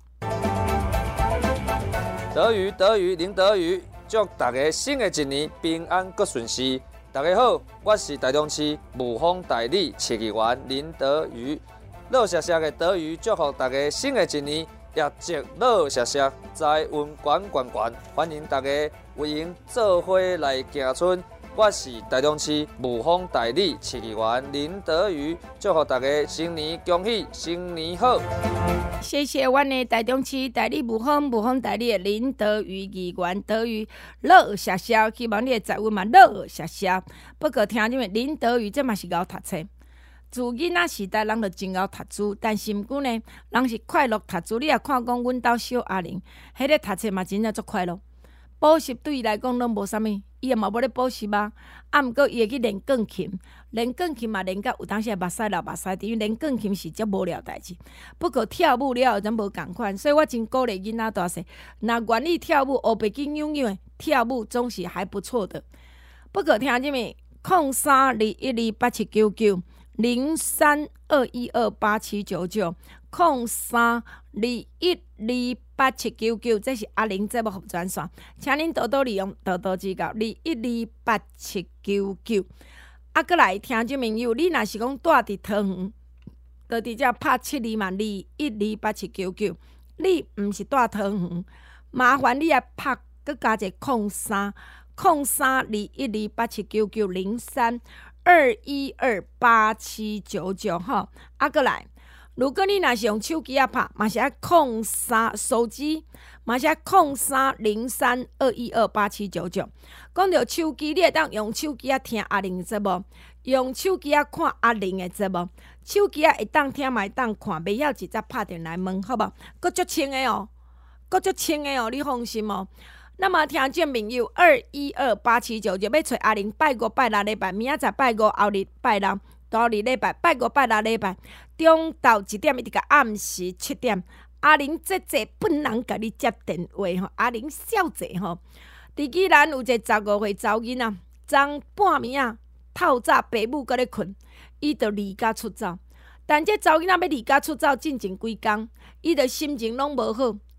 Speaker 9: 德语德语林德语，祝大家新的一年平安搁顺遂。大家好，我是台中市雾峰代理设计员林德瑜。乐谢谢的德瑜，祝福大家新的一年业绩乐谢谢，财运悬悬悬。欢迎大家为营做伙来行春。我是台中市雾峰代理设计员林德瑜，祝福大家新年恭喜，新年好。
Speaker 2: 谢谢阮的台中市代理雾峰雾峰代理的林德瑜议员德瑜乐谢谢，希望你的财运嘛乐谢谢。不过听你们林德瑜这嘛是敖读册，自囡仔时代人就真敖读书，但是毋过呢，人是快乐读书。你也看讲阮兜小阿玲，迄个读册嘛真正足快乐。补习对伊来讲拢无啥物，伊也嘛无咧补习啊。啊，毋过伊会去练钢琴，练钢琴嘛练到有当时目屎流目屎，因为练钢琴是足无聊代志。不过跳舞了后咱无共款，所以我真鼓励囡仔大细，若愿意跳舞，学白紧扭扭的跳舞总是还不错的。不过听见没？空三二一二八七九九零三二一二八七九九空三二一二八七九九，这是阿玲节目服专线，请您多多利用，多多指教。二一二八七九九，啊，过来听众朋友，你若是讲住伫桃园，就直接拍七二嘛，二一二八七九九。你毋是住桃园，麻烦你来拍，佮加一个空三空三二一二八七九九零三二一二八七九九吼，啊，过来。如果你若是用手机啊拍，嘛是爱空三手机，嘛是爱空三零三二一二八七九九。讲到手机，你会当用手机啊听阿玲的节目，用手机啊看阿玲的节目，手机啊会当听嘛会当看，袂晓直接拍电来问，好无？佫足清的哦，佫足清的哦，你放心哦。那么听众朋友，二一二八七九九要找阿玲拜五拜六礼拜，明仔载拜五，后日拜六。多日礼拜，拜五拜六礼拜，中昼一点一直到暗时七点，阿玲姐姐本人甲你接电话吼，阿玲小姐吼，伫宜兰有一个十五岁查某囡仔，昨半暝啊，透早爸母搁咧困，伊就离家出走。但这查某囡仔要离家出走进前几工，伊就心情拢无好，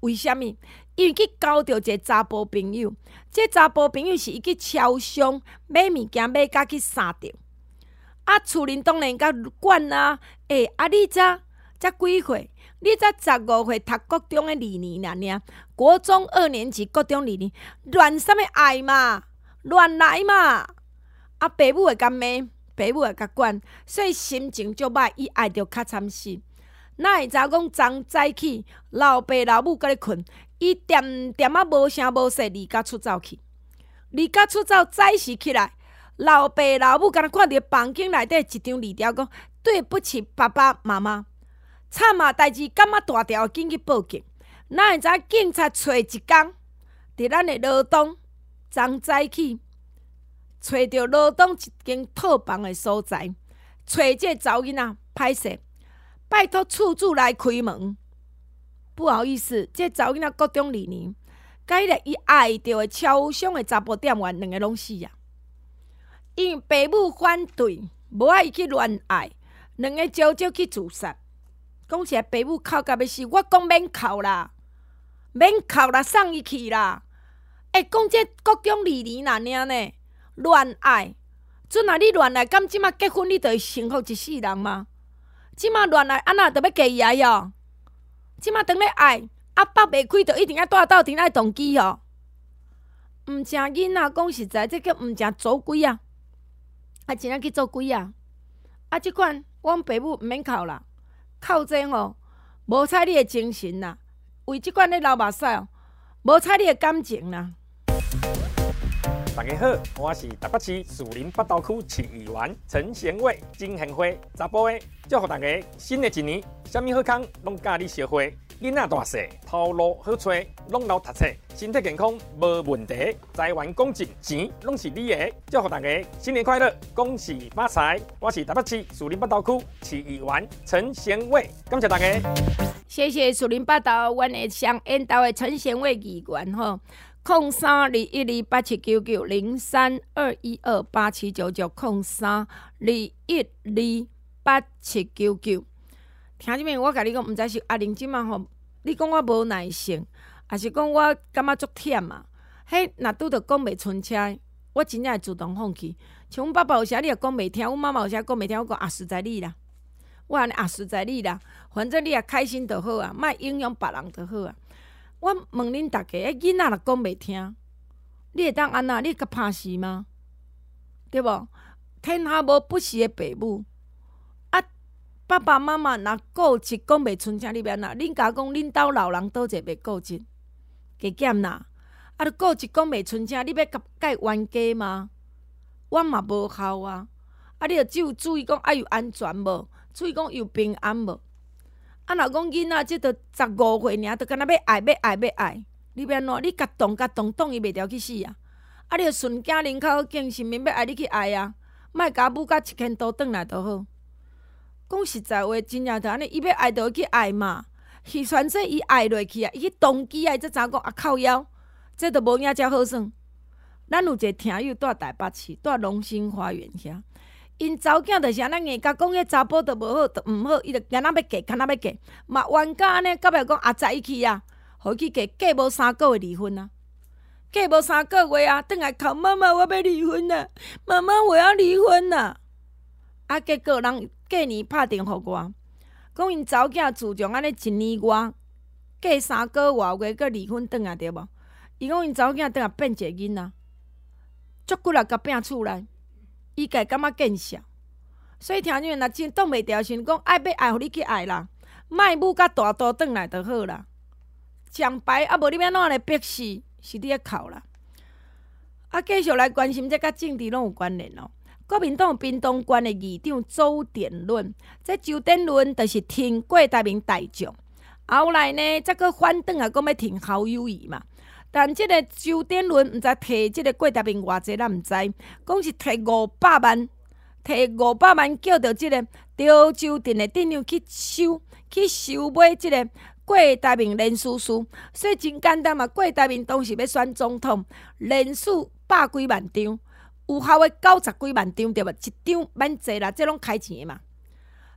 Speaker 2: 为虾米？因为去交到一个查甫朋友，这查甫朋友是伊去超商买物件买甲去杀着。啊，厝人当然甲管啊，诶、欸，啊，你才才几岁？你才十五岁，读国中的二年啦，尔国中二年级，国中二年，乱啥物爱嘛，乱来嘛。啊，爸母会甲骂，爸母会甲管，所以心情足歹，伊爱着较惨死。哪会知讲昨早起，老爸老母甲咧困，伊点点啊无声无息离家出走去。离家出走，早时起来，老爸老母敢若看到房间内底一张字条，讲对不起爸爸妈妈。惨啊！代志感觉大条，紧去报警。哪会知警察找一工，伫咱的罗东，昨早起找着罗东一间套房的所在，找这查某囡仔歹势，拜托厝主来开门。不好意思，这查某囡仔国中二年，甲迄个伊爱着的超商的查甫店员两个拢死啊！因为爸母反对，无爱伊去乱爱，两个招招去自杀。讲起来，爸母哭甲要死，我讲免哭啦，免哭啦，送伊去啦。哎，讲这国中二年啦，尔呢，乱爱。阵啊，你乱爱，敢即马结婚，你就会幸福一世人吗？即马乱爱，安那着要嫁伊来哦？即马当咧爱，啊北袂开，就一定要带到庭来动机哦。毋正囡仔讲实在，这叫毋正做鬼啊！啊，真正去做鬼啊！啊，即款阮爸母毋免哭啦。靠这吼，无采你的精神啦，为即款咧流目屎哦，无采你的感情啦。
Speaker 10: 大家好，我是台北市树林北投区市议员陈贤伟、金贤辉，查甫的，祝福大家新的一年，啥物好康拢甲你相会。囡仔大细，头路好找，拢留读册，身体健康无问题，财源广进，钱拢是你的。祝福大家新年快乐，恭喜发财！我是台北市树林北投区市议员陈贤伟，感谢大家。
Speaker 2: 谢谢树林北投阮的上演投的陈贤伟议员吼，空三二一二八七九九零三二一二八七九九空三二一二八七九九。听即面，我甲你讲，毋知是阿玲即马吼，你讲我无耐性，还是讲我感觉足忝啊？迄若拄着讲袂顺车，我真正会自动放弃。像阮爸爸有时你也讲袂听，阮妈妈有时讲袂听，我讲啊，实在你啦，我安尼啊，实在你啦，反正你也开心就好啊，莫影响别人就好啊。我问恁大家，迄囡仔若讲袂听，你会当安那？你会甲拍死吗？对无？天下无不是的爸母。爸爸妈妈若顾急讲袂顺声，你要安那？恁甲讲恁兜老人倒一个袂顾急，加减啦。啊，你顾急讲袂顺声，你要甲甲伊冤家吗？阮嘛无效啊！啊，你着只有注意讲爱有安全无？注意讲有平安无？啊，若讲囡仔即着十五岁尔，着敢若要爱要爱要爱，你要安怎？你甲动甲动动伊袂调去死啊！啊，你着顺囝人口敬神明要爱你去爱啊，莫甲母甲一千多转来就好。讲实在话，真正着安尼，伊要爱着去爱嘛。是选择伊爱落去啊，伊去动机啊，伊才知影讲啊靠腰，这着无影才好算。咱有一个听友住台北市，住龙兴花园遐，因查某囝着是安尼硬甲讲，迄查甫着无好，着毋好，伊着干若要嫁，干若要嫁，嘛冤家安尼，到尾讲啊，载伊去啊，互伊去嫁，嫁无三个月离婚啊，嫁无三个月啊，转来哭妈妈，我要离婚啦，妈妈我要离婚啦，啊，结果人。过年拍电互我，讲因查某囝自从安尼一年外，过三个月月，佮离婚转来对无？伊讲因查某囝转来变一个囡仔，足骨力甲拼厝内，伊家感觉见笑。所以听你若真挡袂牢，是讲爱要爱，互你去爱啦，莫母甲大肚转来就好啦。讲白啊，无你要怎来逼死，是你咧哭啦。啊，继续来关心这甲政治拢有关联哦。国民党屏东县的议长周典论，这周典论就是挺郭台铭大将，后来呢，再搁反转来讲要挺侯友宜嘛。但即个周典论毋知摕即个郭台铭偌济，咱毋知，讲是摕五百万，摕五百万叫着即个潮州镇的镇长去收，去收买即个郭台铭连署书。所以真简单嘛，郭台铭当时要选总统，连署百几万张。有效的九十几万张对吧？一张蛮济啦，这拢开钱的嘛。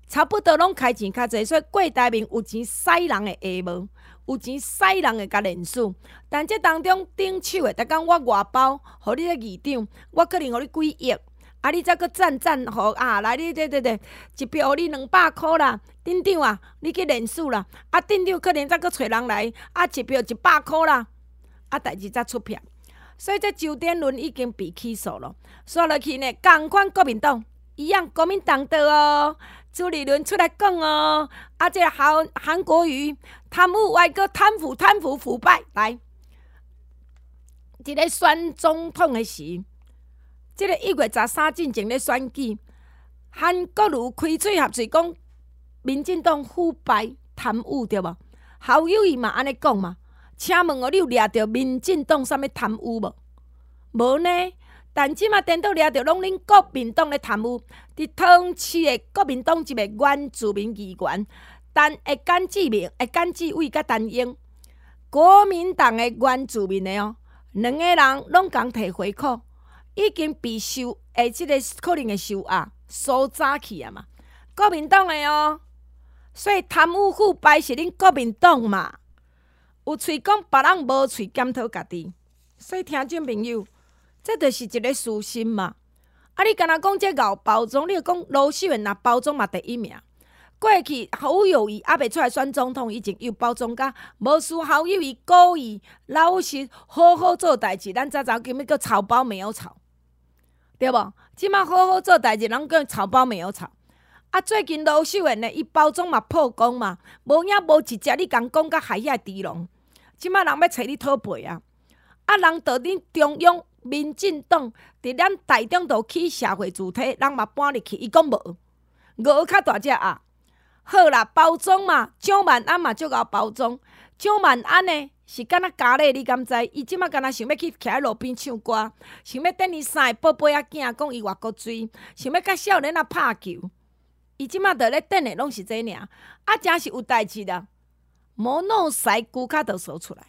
Speaker 2: 差不多拢开钱较济，所以过台面有钱使人的下无，有钱使人的甲连数。但这当中顶手的，逐工我外包，互你个议长，我可能互你几亿，啊，你再搁赞赞互啊，来你对对对，一票互你两百箍啦，镇长啊，你去连数啦，啊，镇长可能再搁找人来，啊，一票一百箍啦，啊，代志才出票。所以这周典伦已经被起诉了，刷落去呢，同款国民党一样，国民党的哦。朱立伦出来讲哦，啊，这韩韩国瑜贪污外国贪腐贪腐腐败，来，一个选总统的时，这个一月十三进前咧选举，韩国瑜开嘴合嘴讲，民进党腐败贪污对无？侯友宜嘛安尼讲嘛，请问哦，你有掠着民进党啥物贪污无？无呢？但即马颠倒掠着拢恁国民党咧贪污，伫统市的国民党一个原住民议员，但会简志明、会简志伟甲陈英，国民党的原住民的哦，两个人拢共摕回扣，已经被收诶，即个可能会收押收早去啊嘛。国民党的哦，所以贪污腐败是恁国民党嘛，有喙讲别人无喙检讨家己，所以听众朋友。这就是一个私心嘛！啊，你敢若讲这熬包装，你就讲卢秀燕若包装嘛第一名。过去侯友宜还袂出来选总统以前，又包装甲无输侯友宜故意老实好好做代志，咱早早根本个草包没有草，对无？即马好好做代志，人讲草包没有草。啊，最近卢秀燕呢，伊包装嘛破功嘛，无影无一只你共讲甲海遐猪笼，即马人要找你讨赔啊！啊，人到恁中央。民进党伫咱台中都起社会主体，人嘛搬入去，伊讲无，鹅较大只啊。好啦，包装嘛，蒋万安嘛足够包装。蒋万安呢是敢若咖喱，你敢知？伊即马敢若想要去徛喺路边唱歌，想要等伊三个宝贝仔囝讲伊外国追，想要甲少年仔拍球。伊即马伫咧等的拢是这尔，啊，真是有代志啦。无弄塞骨卡都说出来。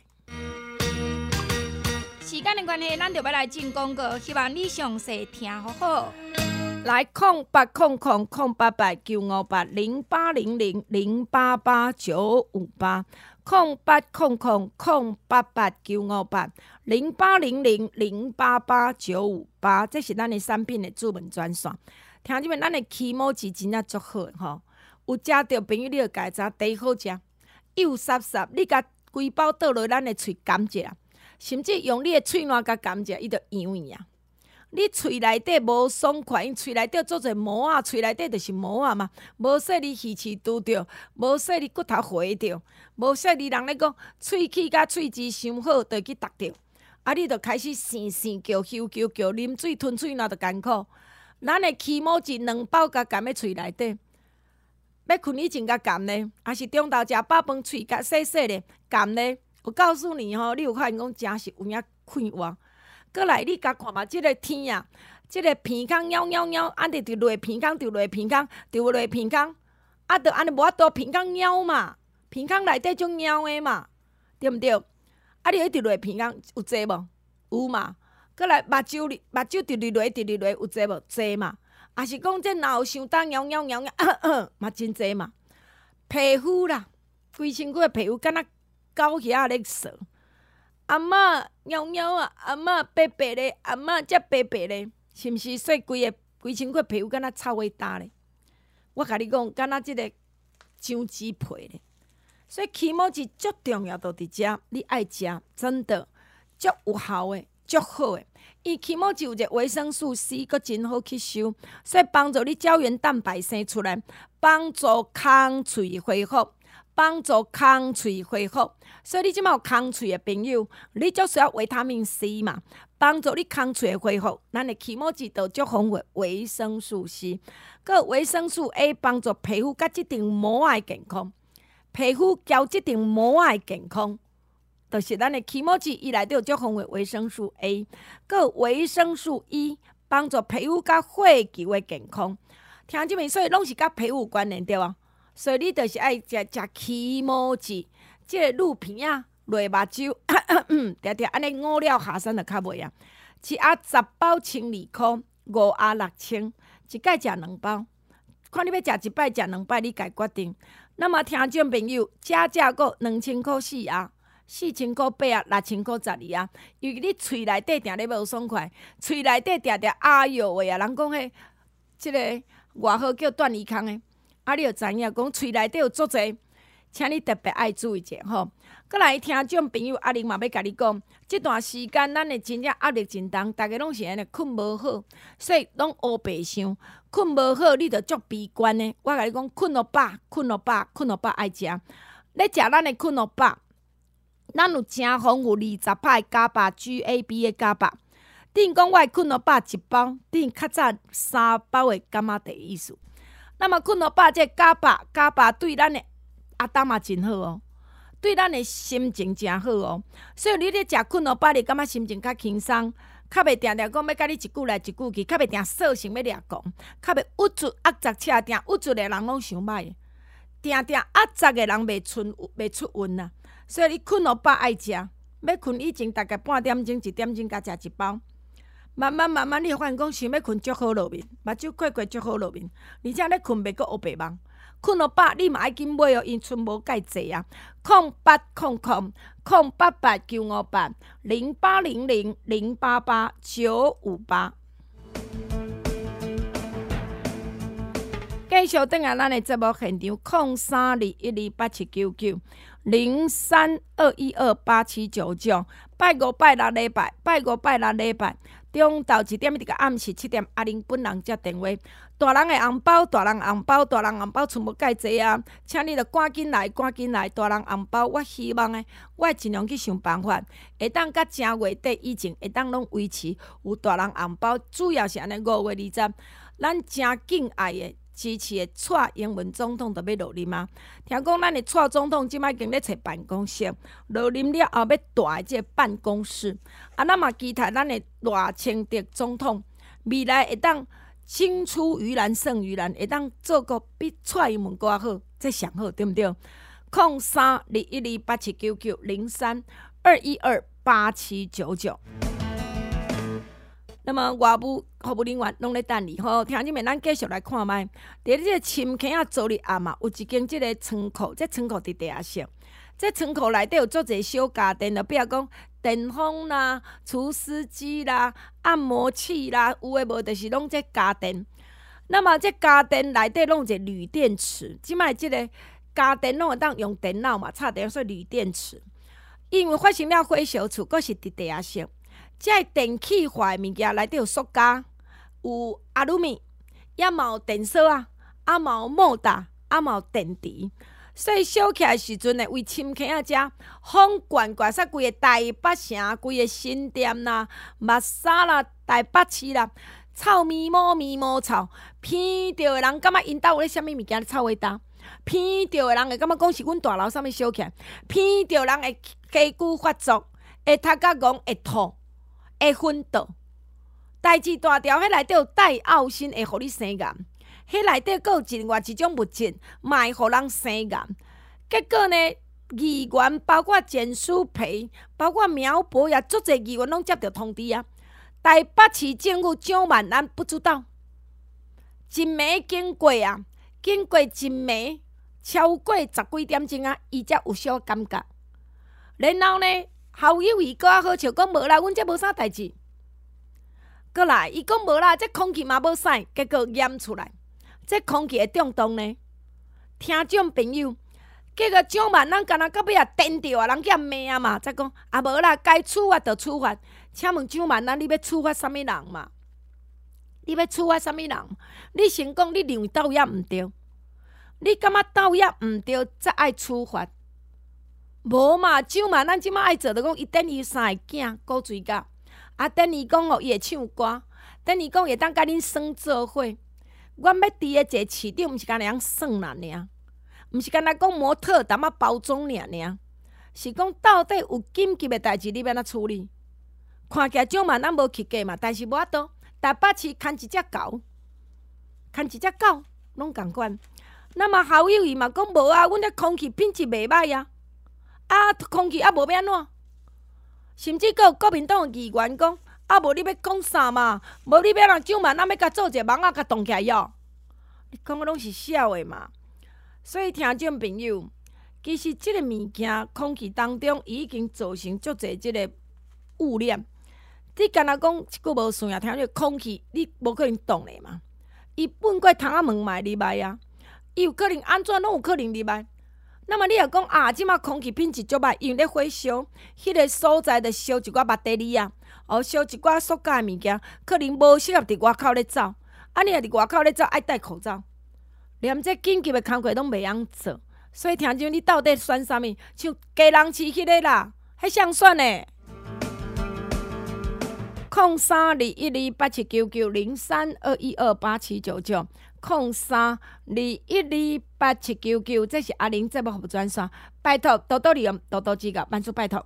Speaker 2: 时间的关系，咱就要来进广告，希望你详细听好好。来，空八空空空八八九五八零八零零零八八九五八，空八空空空八八九五八零八零零零八八九五八，这是咱的产品的主文专线。听即面，咱的起毛是真正足好的吼，有食着朋友你就家知茶好食，幼湿湿，你甲规包倒落咱的喙感者。甚至用你的喙烂甲甘蔗，伊就痒痒啊！你喙内底无爽快，因喙内底做者毛啊，喙内底就是毛啊嘛。无说你鱼刺拄着，无说你骨头回着，无说你人咧讲喙齿甲喙齿伤好，就去达着。啊，你就开始生生叫、咻咻叫，啉水吞水那就艰苦。咱的起毛剂两包甲含咧喙内底，要困以前甲含咧，还是中昼食饱饭喙甲洗洗咧含咧。我告诉你吼，你有看讲真是有影快活。过来，你甲看嘛，即个天啊，即个鼻孔喵喵喵，安尼就落鼻孔，就落鼻孔，就落鼻孔，啊，就安尼无法度鼻孔喵嘛，鼻孔内底种喵的嘛，对毋对？啊，你一直落鼻孔有济无？有嘛？过来，目睭里目睭直直落，直直落有济无？济嘛？啊是讲这若有伤当喵喵喵喵，嘛真济嘛？皮肤啦，规身躯的皮肤敢若狗耳仔咧扫，阿嬷喵喵啊，阿嬷白白咧，阿嬷才白白咧，是毋是？所以规个规身躯皮肤敢若臭味大咧。我甲你讲，敢若即个姜子皮咧。所以起毛是足重要，都伫遮，你爱食，真的足有效诶，足好诶。伊起毛就有一个维生素 C， 佫真好吸收，所以帮助你胶原蛋白生出来，帮助空喙恢复。帮助空喙恢复，所以你即马有空喙的朋友，你足需要维他命 C 嘛，帮助你空喙的恢复。咱的起毛剂都足丰富维生素 C， 佮维生素 A 帮助皮肤甲即顶毛的健康，皮肤交即顶毛的健康，就是咱的起毛剂伊内底有足丰富维生素 A， 佮维生素 E 帮助皮肤甲血球的健康。听即面，所以拢是甲皮肤有关联对啊。所以你就是爱食食起毛剂，即个鹿片啊，落目睭，常常安尼五了下山就较袂啊。一盒十包千二箍，五盒六千，一摆食两包， 看你要食一摆、食两摆，你家决定。那么听众朋友，加价个两千块四啊，四千块八啊，六千块十二啊。因为你喙内底定咧无爽快，喙内底定定哎哟喂啊，人讲迄即个外号叫断离空诶，啊，你就知影讲喙内底有足侪，请你特别爱注意者吼。过来听众朋友，阿玲嘛要甲你讲，即段时间咱诶真正压力真重，逐个拢是安尼困无好，所以拢乌白想，困无好你着足悲观诶。我甲你讲，困落饱，困落饱，困落饱爱食。咧食咱诶困落饱，咱有正丰有二十拍诶加巴 G A B 诶加巴。等于讲我诶困落饱一包，等于较早三包诶柑仔地意思。那么困落饱这加巴加巴对咱诶阿当嘛真好哦。对咱的心情真好哦，所以你咧食困落饱，你感觉心情较轻松，较袂定定讲要甲你一句来一句去，较袂定索性要掠讲，较袂郁卒压杂车定郁卒的人拢伤歹，定定压杂的人袂出袂出运啊。所以你困落饱爱食，要困以前大概半点钟、一点钟甲食一包，慢慢慢慢你会发现讲想要困足好落面，目睭过过足好落面，而且咧困袂阁黑白梦。困落饱，你嘛爱紧买哦，因剩无介济啊。空八空空空八八九五八零八零零零八八九五八。继续等下咱的节目现场，空三二一二八七九九零三二一二八七九九。拜五拜六礼拜，拜五拜六礼拜。中昼一点一直到暗时七点，阿玲本人接电话。大人的红包，大人红包，大人红包剩无介济啊！请你着赶紧来，赶紧来！大人红包，我希望诶，我会尽量去想办法，会当甲正月底以前会当拢维持有大人红包。主要是安尼，五月二十，咱真敬爱的支持的蔡英文总统着要落任啊！听讲咱的蔡总统即摆已经咧找办公室，落任了后要大的即个办公室。啊，咱嘛期待咱的赖清德总统未来会当青出于蓝胜于蓝，会当做个比蔡英文更好，这上好对毋对？空三二一二八七九九零三二一二八七九九。那么外务服务人员拢咧等你吼，听你们咱继续来看卖。伫即个深坑仔走里暗嘛，有一间即个仓库，这仓库伫地下室。这仓库内底有足侪小家电，就比如讲电风啦、除湿机啦、按摩器啦，有诶无就是拢这家电。那么这家电内底拢有一个锂电池，即摆即个家电拢会当用电脑嘛，插电所以锂电池。因为发生了火烧厝，阁是伫地下室。这电器坏物件内底有塑胶、有阿鲁米，也嘛有电锁啊，啊嘛有莫达，啊嘛有电池。所以烧起来时阵呢，为深坑仔遮风灌灌煞规个台北城、规个新店啦、木沙啦、台北市啦，臭咪毛咪毛臭，闻到的人感觉因兜有咧啥物物件咧臭味道，闻到的人会感觉讲是阮大楼啥物烧起来，闻到人会鸡骨发作，会头壳戆，会吐，会昏倒。代志大条，迄内底有戴奥辛会互你生癌。迄内底佫有另外一种物质，嘛会互人生癌。结果呢，议员包括简书培，包括苗博也足侪议员拢接到通知啊。台北市政府蒋万安不知道，一暝经过啊，经过一暝超过十几点钟啊，伊才有小感觉。然后呢，校友伊搁较好笑，讲无啦，阮这无啥代志。过来，伊讲无啦，这空气嘛无啥，结果验出来。这空气会中毒呢？听众朋友，结果蒋万安干那到尾啊电着啊，人叫骂啊嘛，才讲啊无啦，该处罚就处罚。请问蒋万安，你要处罚啥物人嘛？你要处罚啥物人？你先讲你认为斗业毋对，你感觉斗业毋对，才爱处罚。无嘛，蒋万安即摆爱做，就讲伊等于三个囝顾水甲，啊等于讲哦，伊会唱歌，等于讲会当甲恁耍做伙。阮要伫诶一个市场，毋是干那样算啦尔，毋是干那讲模特淡仔包装尔尔，是讲到底有紧急诶代志，你要安怎处理？看起来蒋万安无去过嘛，但是无法度，台北市牵一只狗，牵一只狗拢共款。那么校友伊嘛讲无啊，阮这空气品质袂歹啊，啊空气啊无要安怎？甚至佫有国民党诶议员讲。啊，无你要讲啥嘛？无你要让蒋万安要甲做一个网仔，甲动起来哟。 讲个拢是痟的嘛。所以听众朋友，其实即个物件，空气当中已经造成足侪即个污染。你敢若讲一句无算啊，听着空气，你无可能动的嘛。伊本过窗仔门嘛会入来啊，伊有可能安怎拢有可能入来。那么你若讲啊，即马空气品质足歹，因为咧火烧，迄、那个所在着烧一寡目地里啊，哦，烧一寡塑胶的物件，可能无适合伫外口咧走。啊，你若伫外口咧走，爱戴口罩。连这紧急的工作拢袂晓做，所以听众你到底选啥物？像家人饲迄个啦，迄上选的。空三二一二八七九九零三二一二八七九九，空三二一二八七九九，这是阿玲节目服务专线，拜托多多利用，多多指教，万事拜托。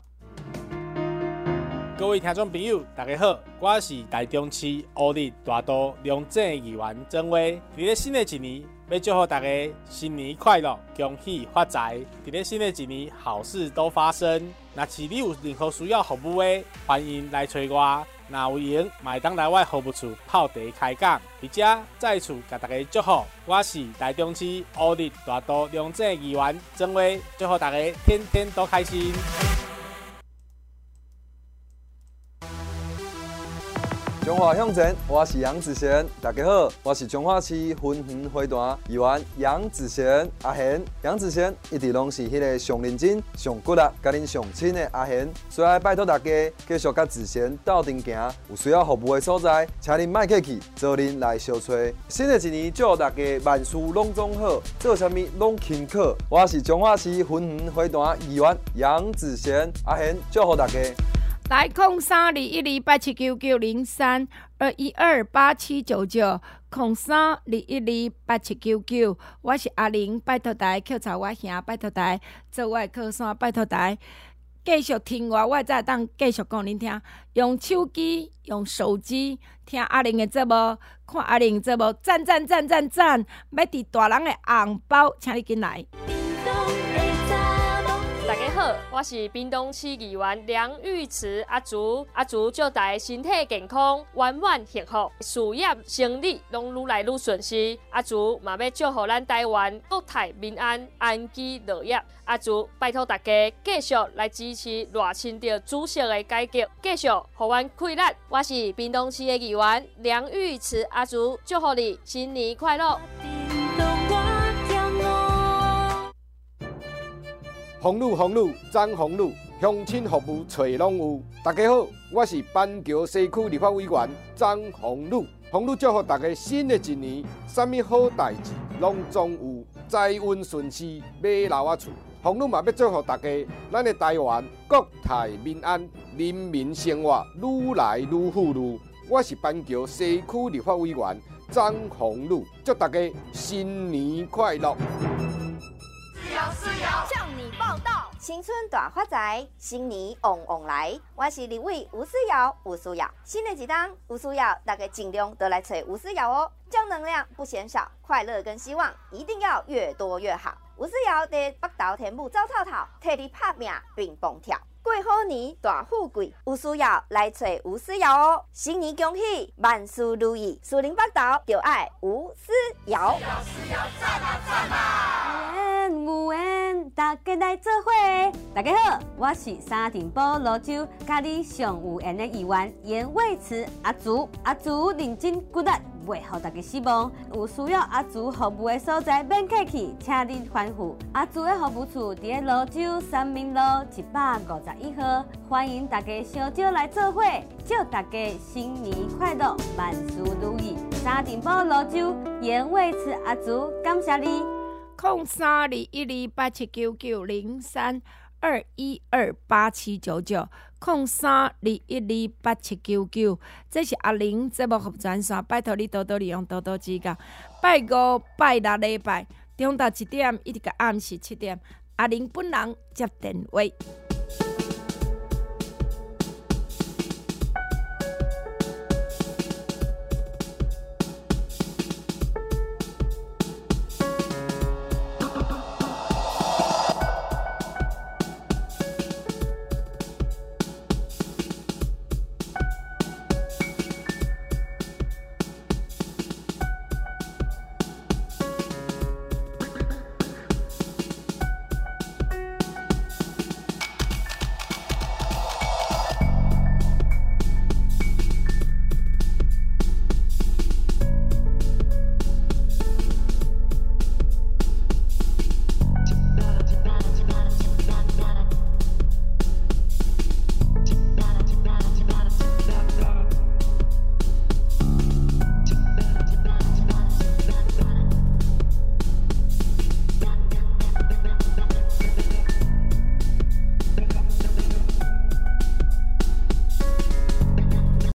Speaker 10: 各位听众朋友，大家好，我是台中市乌日大都龙井议员曾威。伫咧新的一年，要祝福大家新年快乐，恭喜发财。伫咧新的一年，好事都发生。若是你有任何需要服务的，欢迎来找我。若有闲，嘛会当来我服务处泡茶开讲。伫遮再次甲大家祝福，我是台中市乌日大都龙井议员曾威，祝福大家天天都开心。
Speaker 9: 中华向前，我是杨子贤。大家好，我是中华市分园会团议员杨子贤阿贤。杨子贤一直拢是迄个上认真、上骨力、甲恁上亲的阿贤。所以拜托大家继续甲子贤斗阵行，有需要服务的所在，请恁莫客气，找恁来相找。新的一年，祝大家万事拢总好，做啥物拢轻巧。我是中华市分园会团议员杨子贤阿贤，祝福大家。
Speaker 2: 来空三二一二八七九九零三二一二八七九九，空三二一二八七九九，我是阿玲，拜托大家扣查我兄，拜托大家做我的靠山，拜托大家继续听我，我才会当继续讲恁听。用手机、用手机听阿玲的节目，看阿玲的节目，赞赞赞赞赞！要伫大人的红包，请你进来。
Speaker 11: 大家好，我是屏东市议员梁玉慈阿竹，阿竹祝大家身体健康、圆满幸福，事业生意拢愈来愈顺遂。阿竹嘛要祝福咱台湾国泰民安、安居乐业。阿竹拜托大家继续来支持热清着主席的改革，继续互阮开力。我是屏东市的议员梁玉慈阿竹，祝福你新年快乐。
Speaker 12: 红路红路张红路，乡亲服务找拢有。大家好，我是板桥西区立法委员张红路。红路祝福大家新的一年，啥物好代志拢总有，财运顺遂，买楼啊厝。红路嘛要祝福大家，咱的台湾国泰民安，人民生活愈来愈富裕。我是板桥西区立法委员张红路，祝大家新年快乐。
Speaker 13: 向你报道，新春大发财，新年旺旺来。我是立委吴思瑶，吴思瑶。新的一档，吴思瑶，大家尽量都来找吴思瑶哦。正能量不嫌少，快乐跟希望一定要越多越好。吴思瑶在北投天母走透透，替你拍命并蹦跳。过好年，大富贵，有需要来找吴思瑶哦。新年恭喜，万事如意，树林北投就爱吴思瑶。思瑶赞啦赞啦！有缘，大家来做伙。大家好，我是沙尘堡罗州甲你上有缘的议员严伟慈阿竹。阿竹认真骨力，袂互大家失望。有需要阿竹服务的所在，免客气，请您吩咐。阿竹的服务处伫咧罗州三民路一百五十一号，欢迎大家相招来做伙，祝大家新年快乐，万事如意。沙尘堡罗州严伟慈阿竹，感谢你。
Speaker 2: 空三二一二八七九九零三二一二八七九九，空三二一二八七九九，这是阿玲节目服务专线，拜托你多多利用，多多指教。拜五、拜六礼拜中昼一点一直到暗时七点，阿玲本人接电话。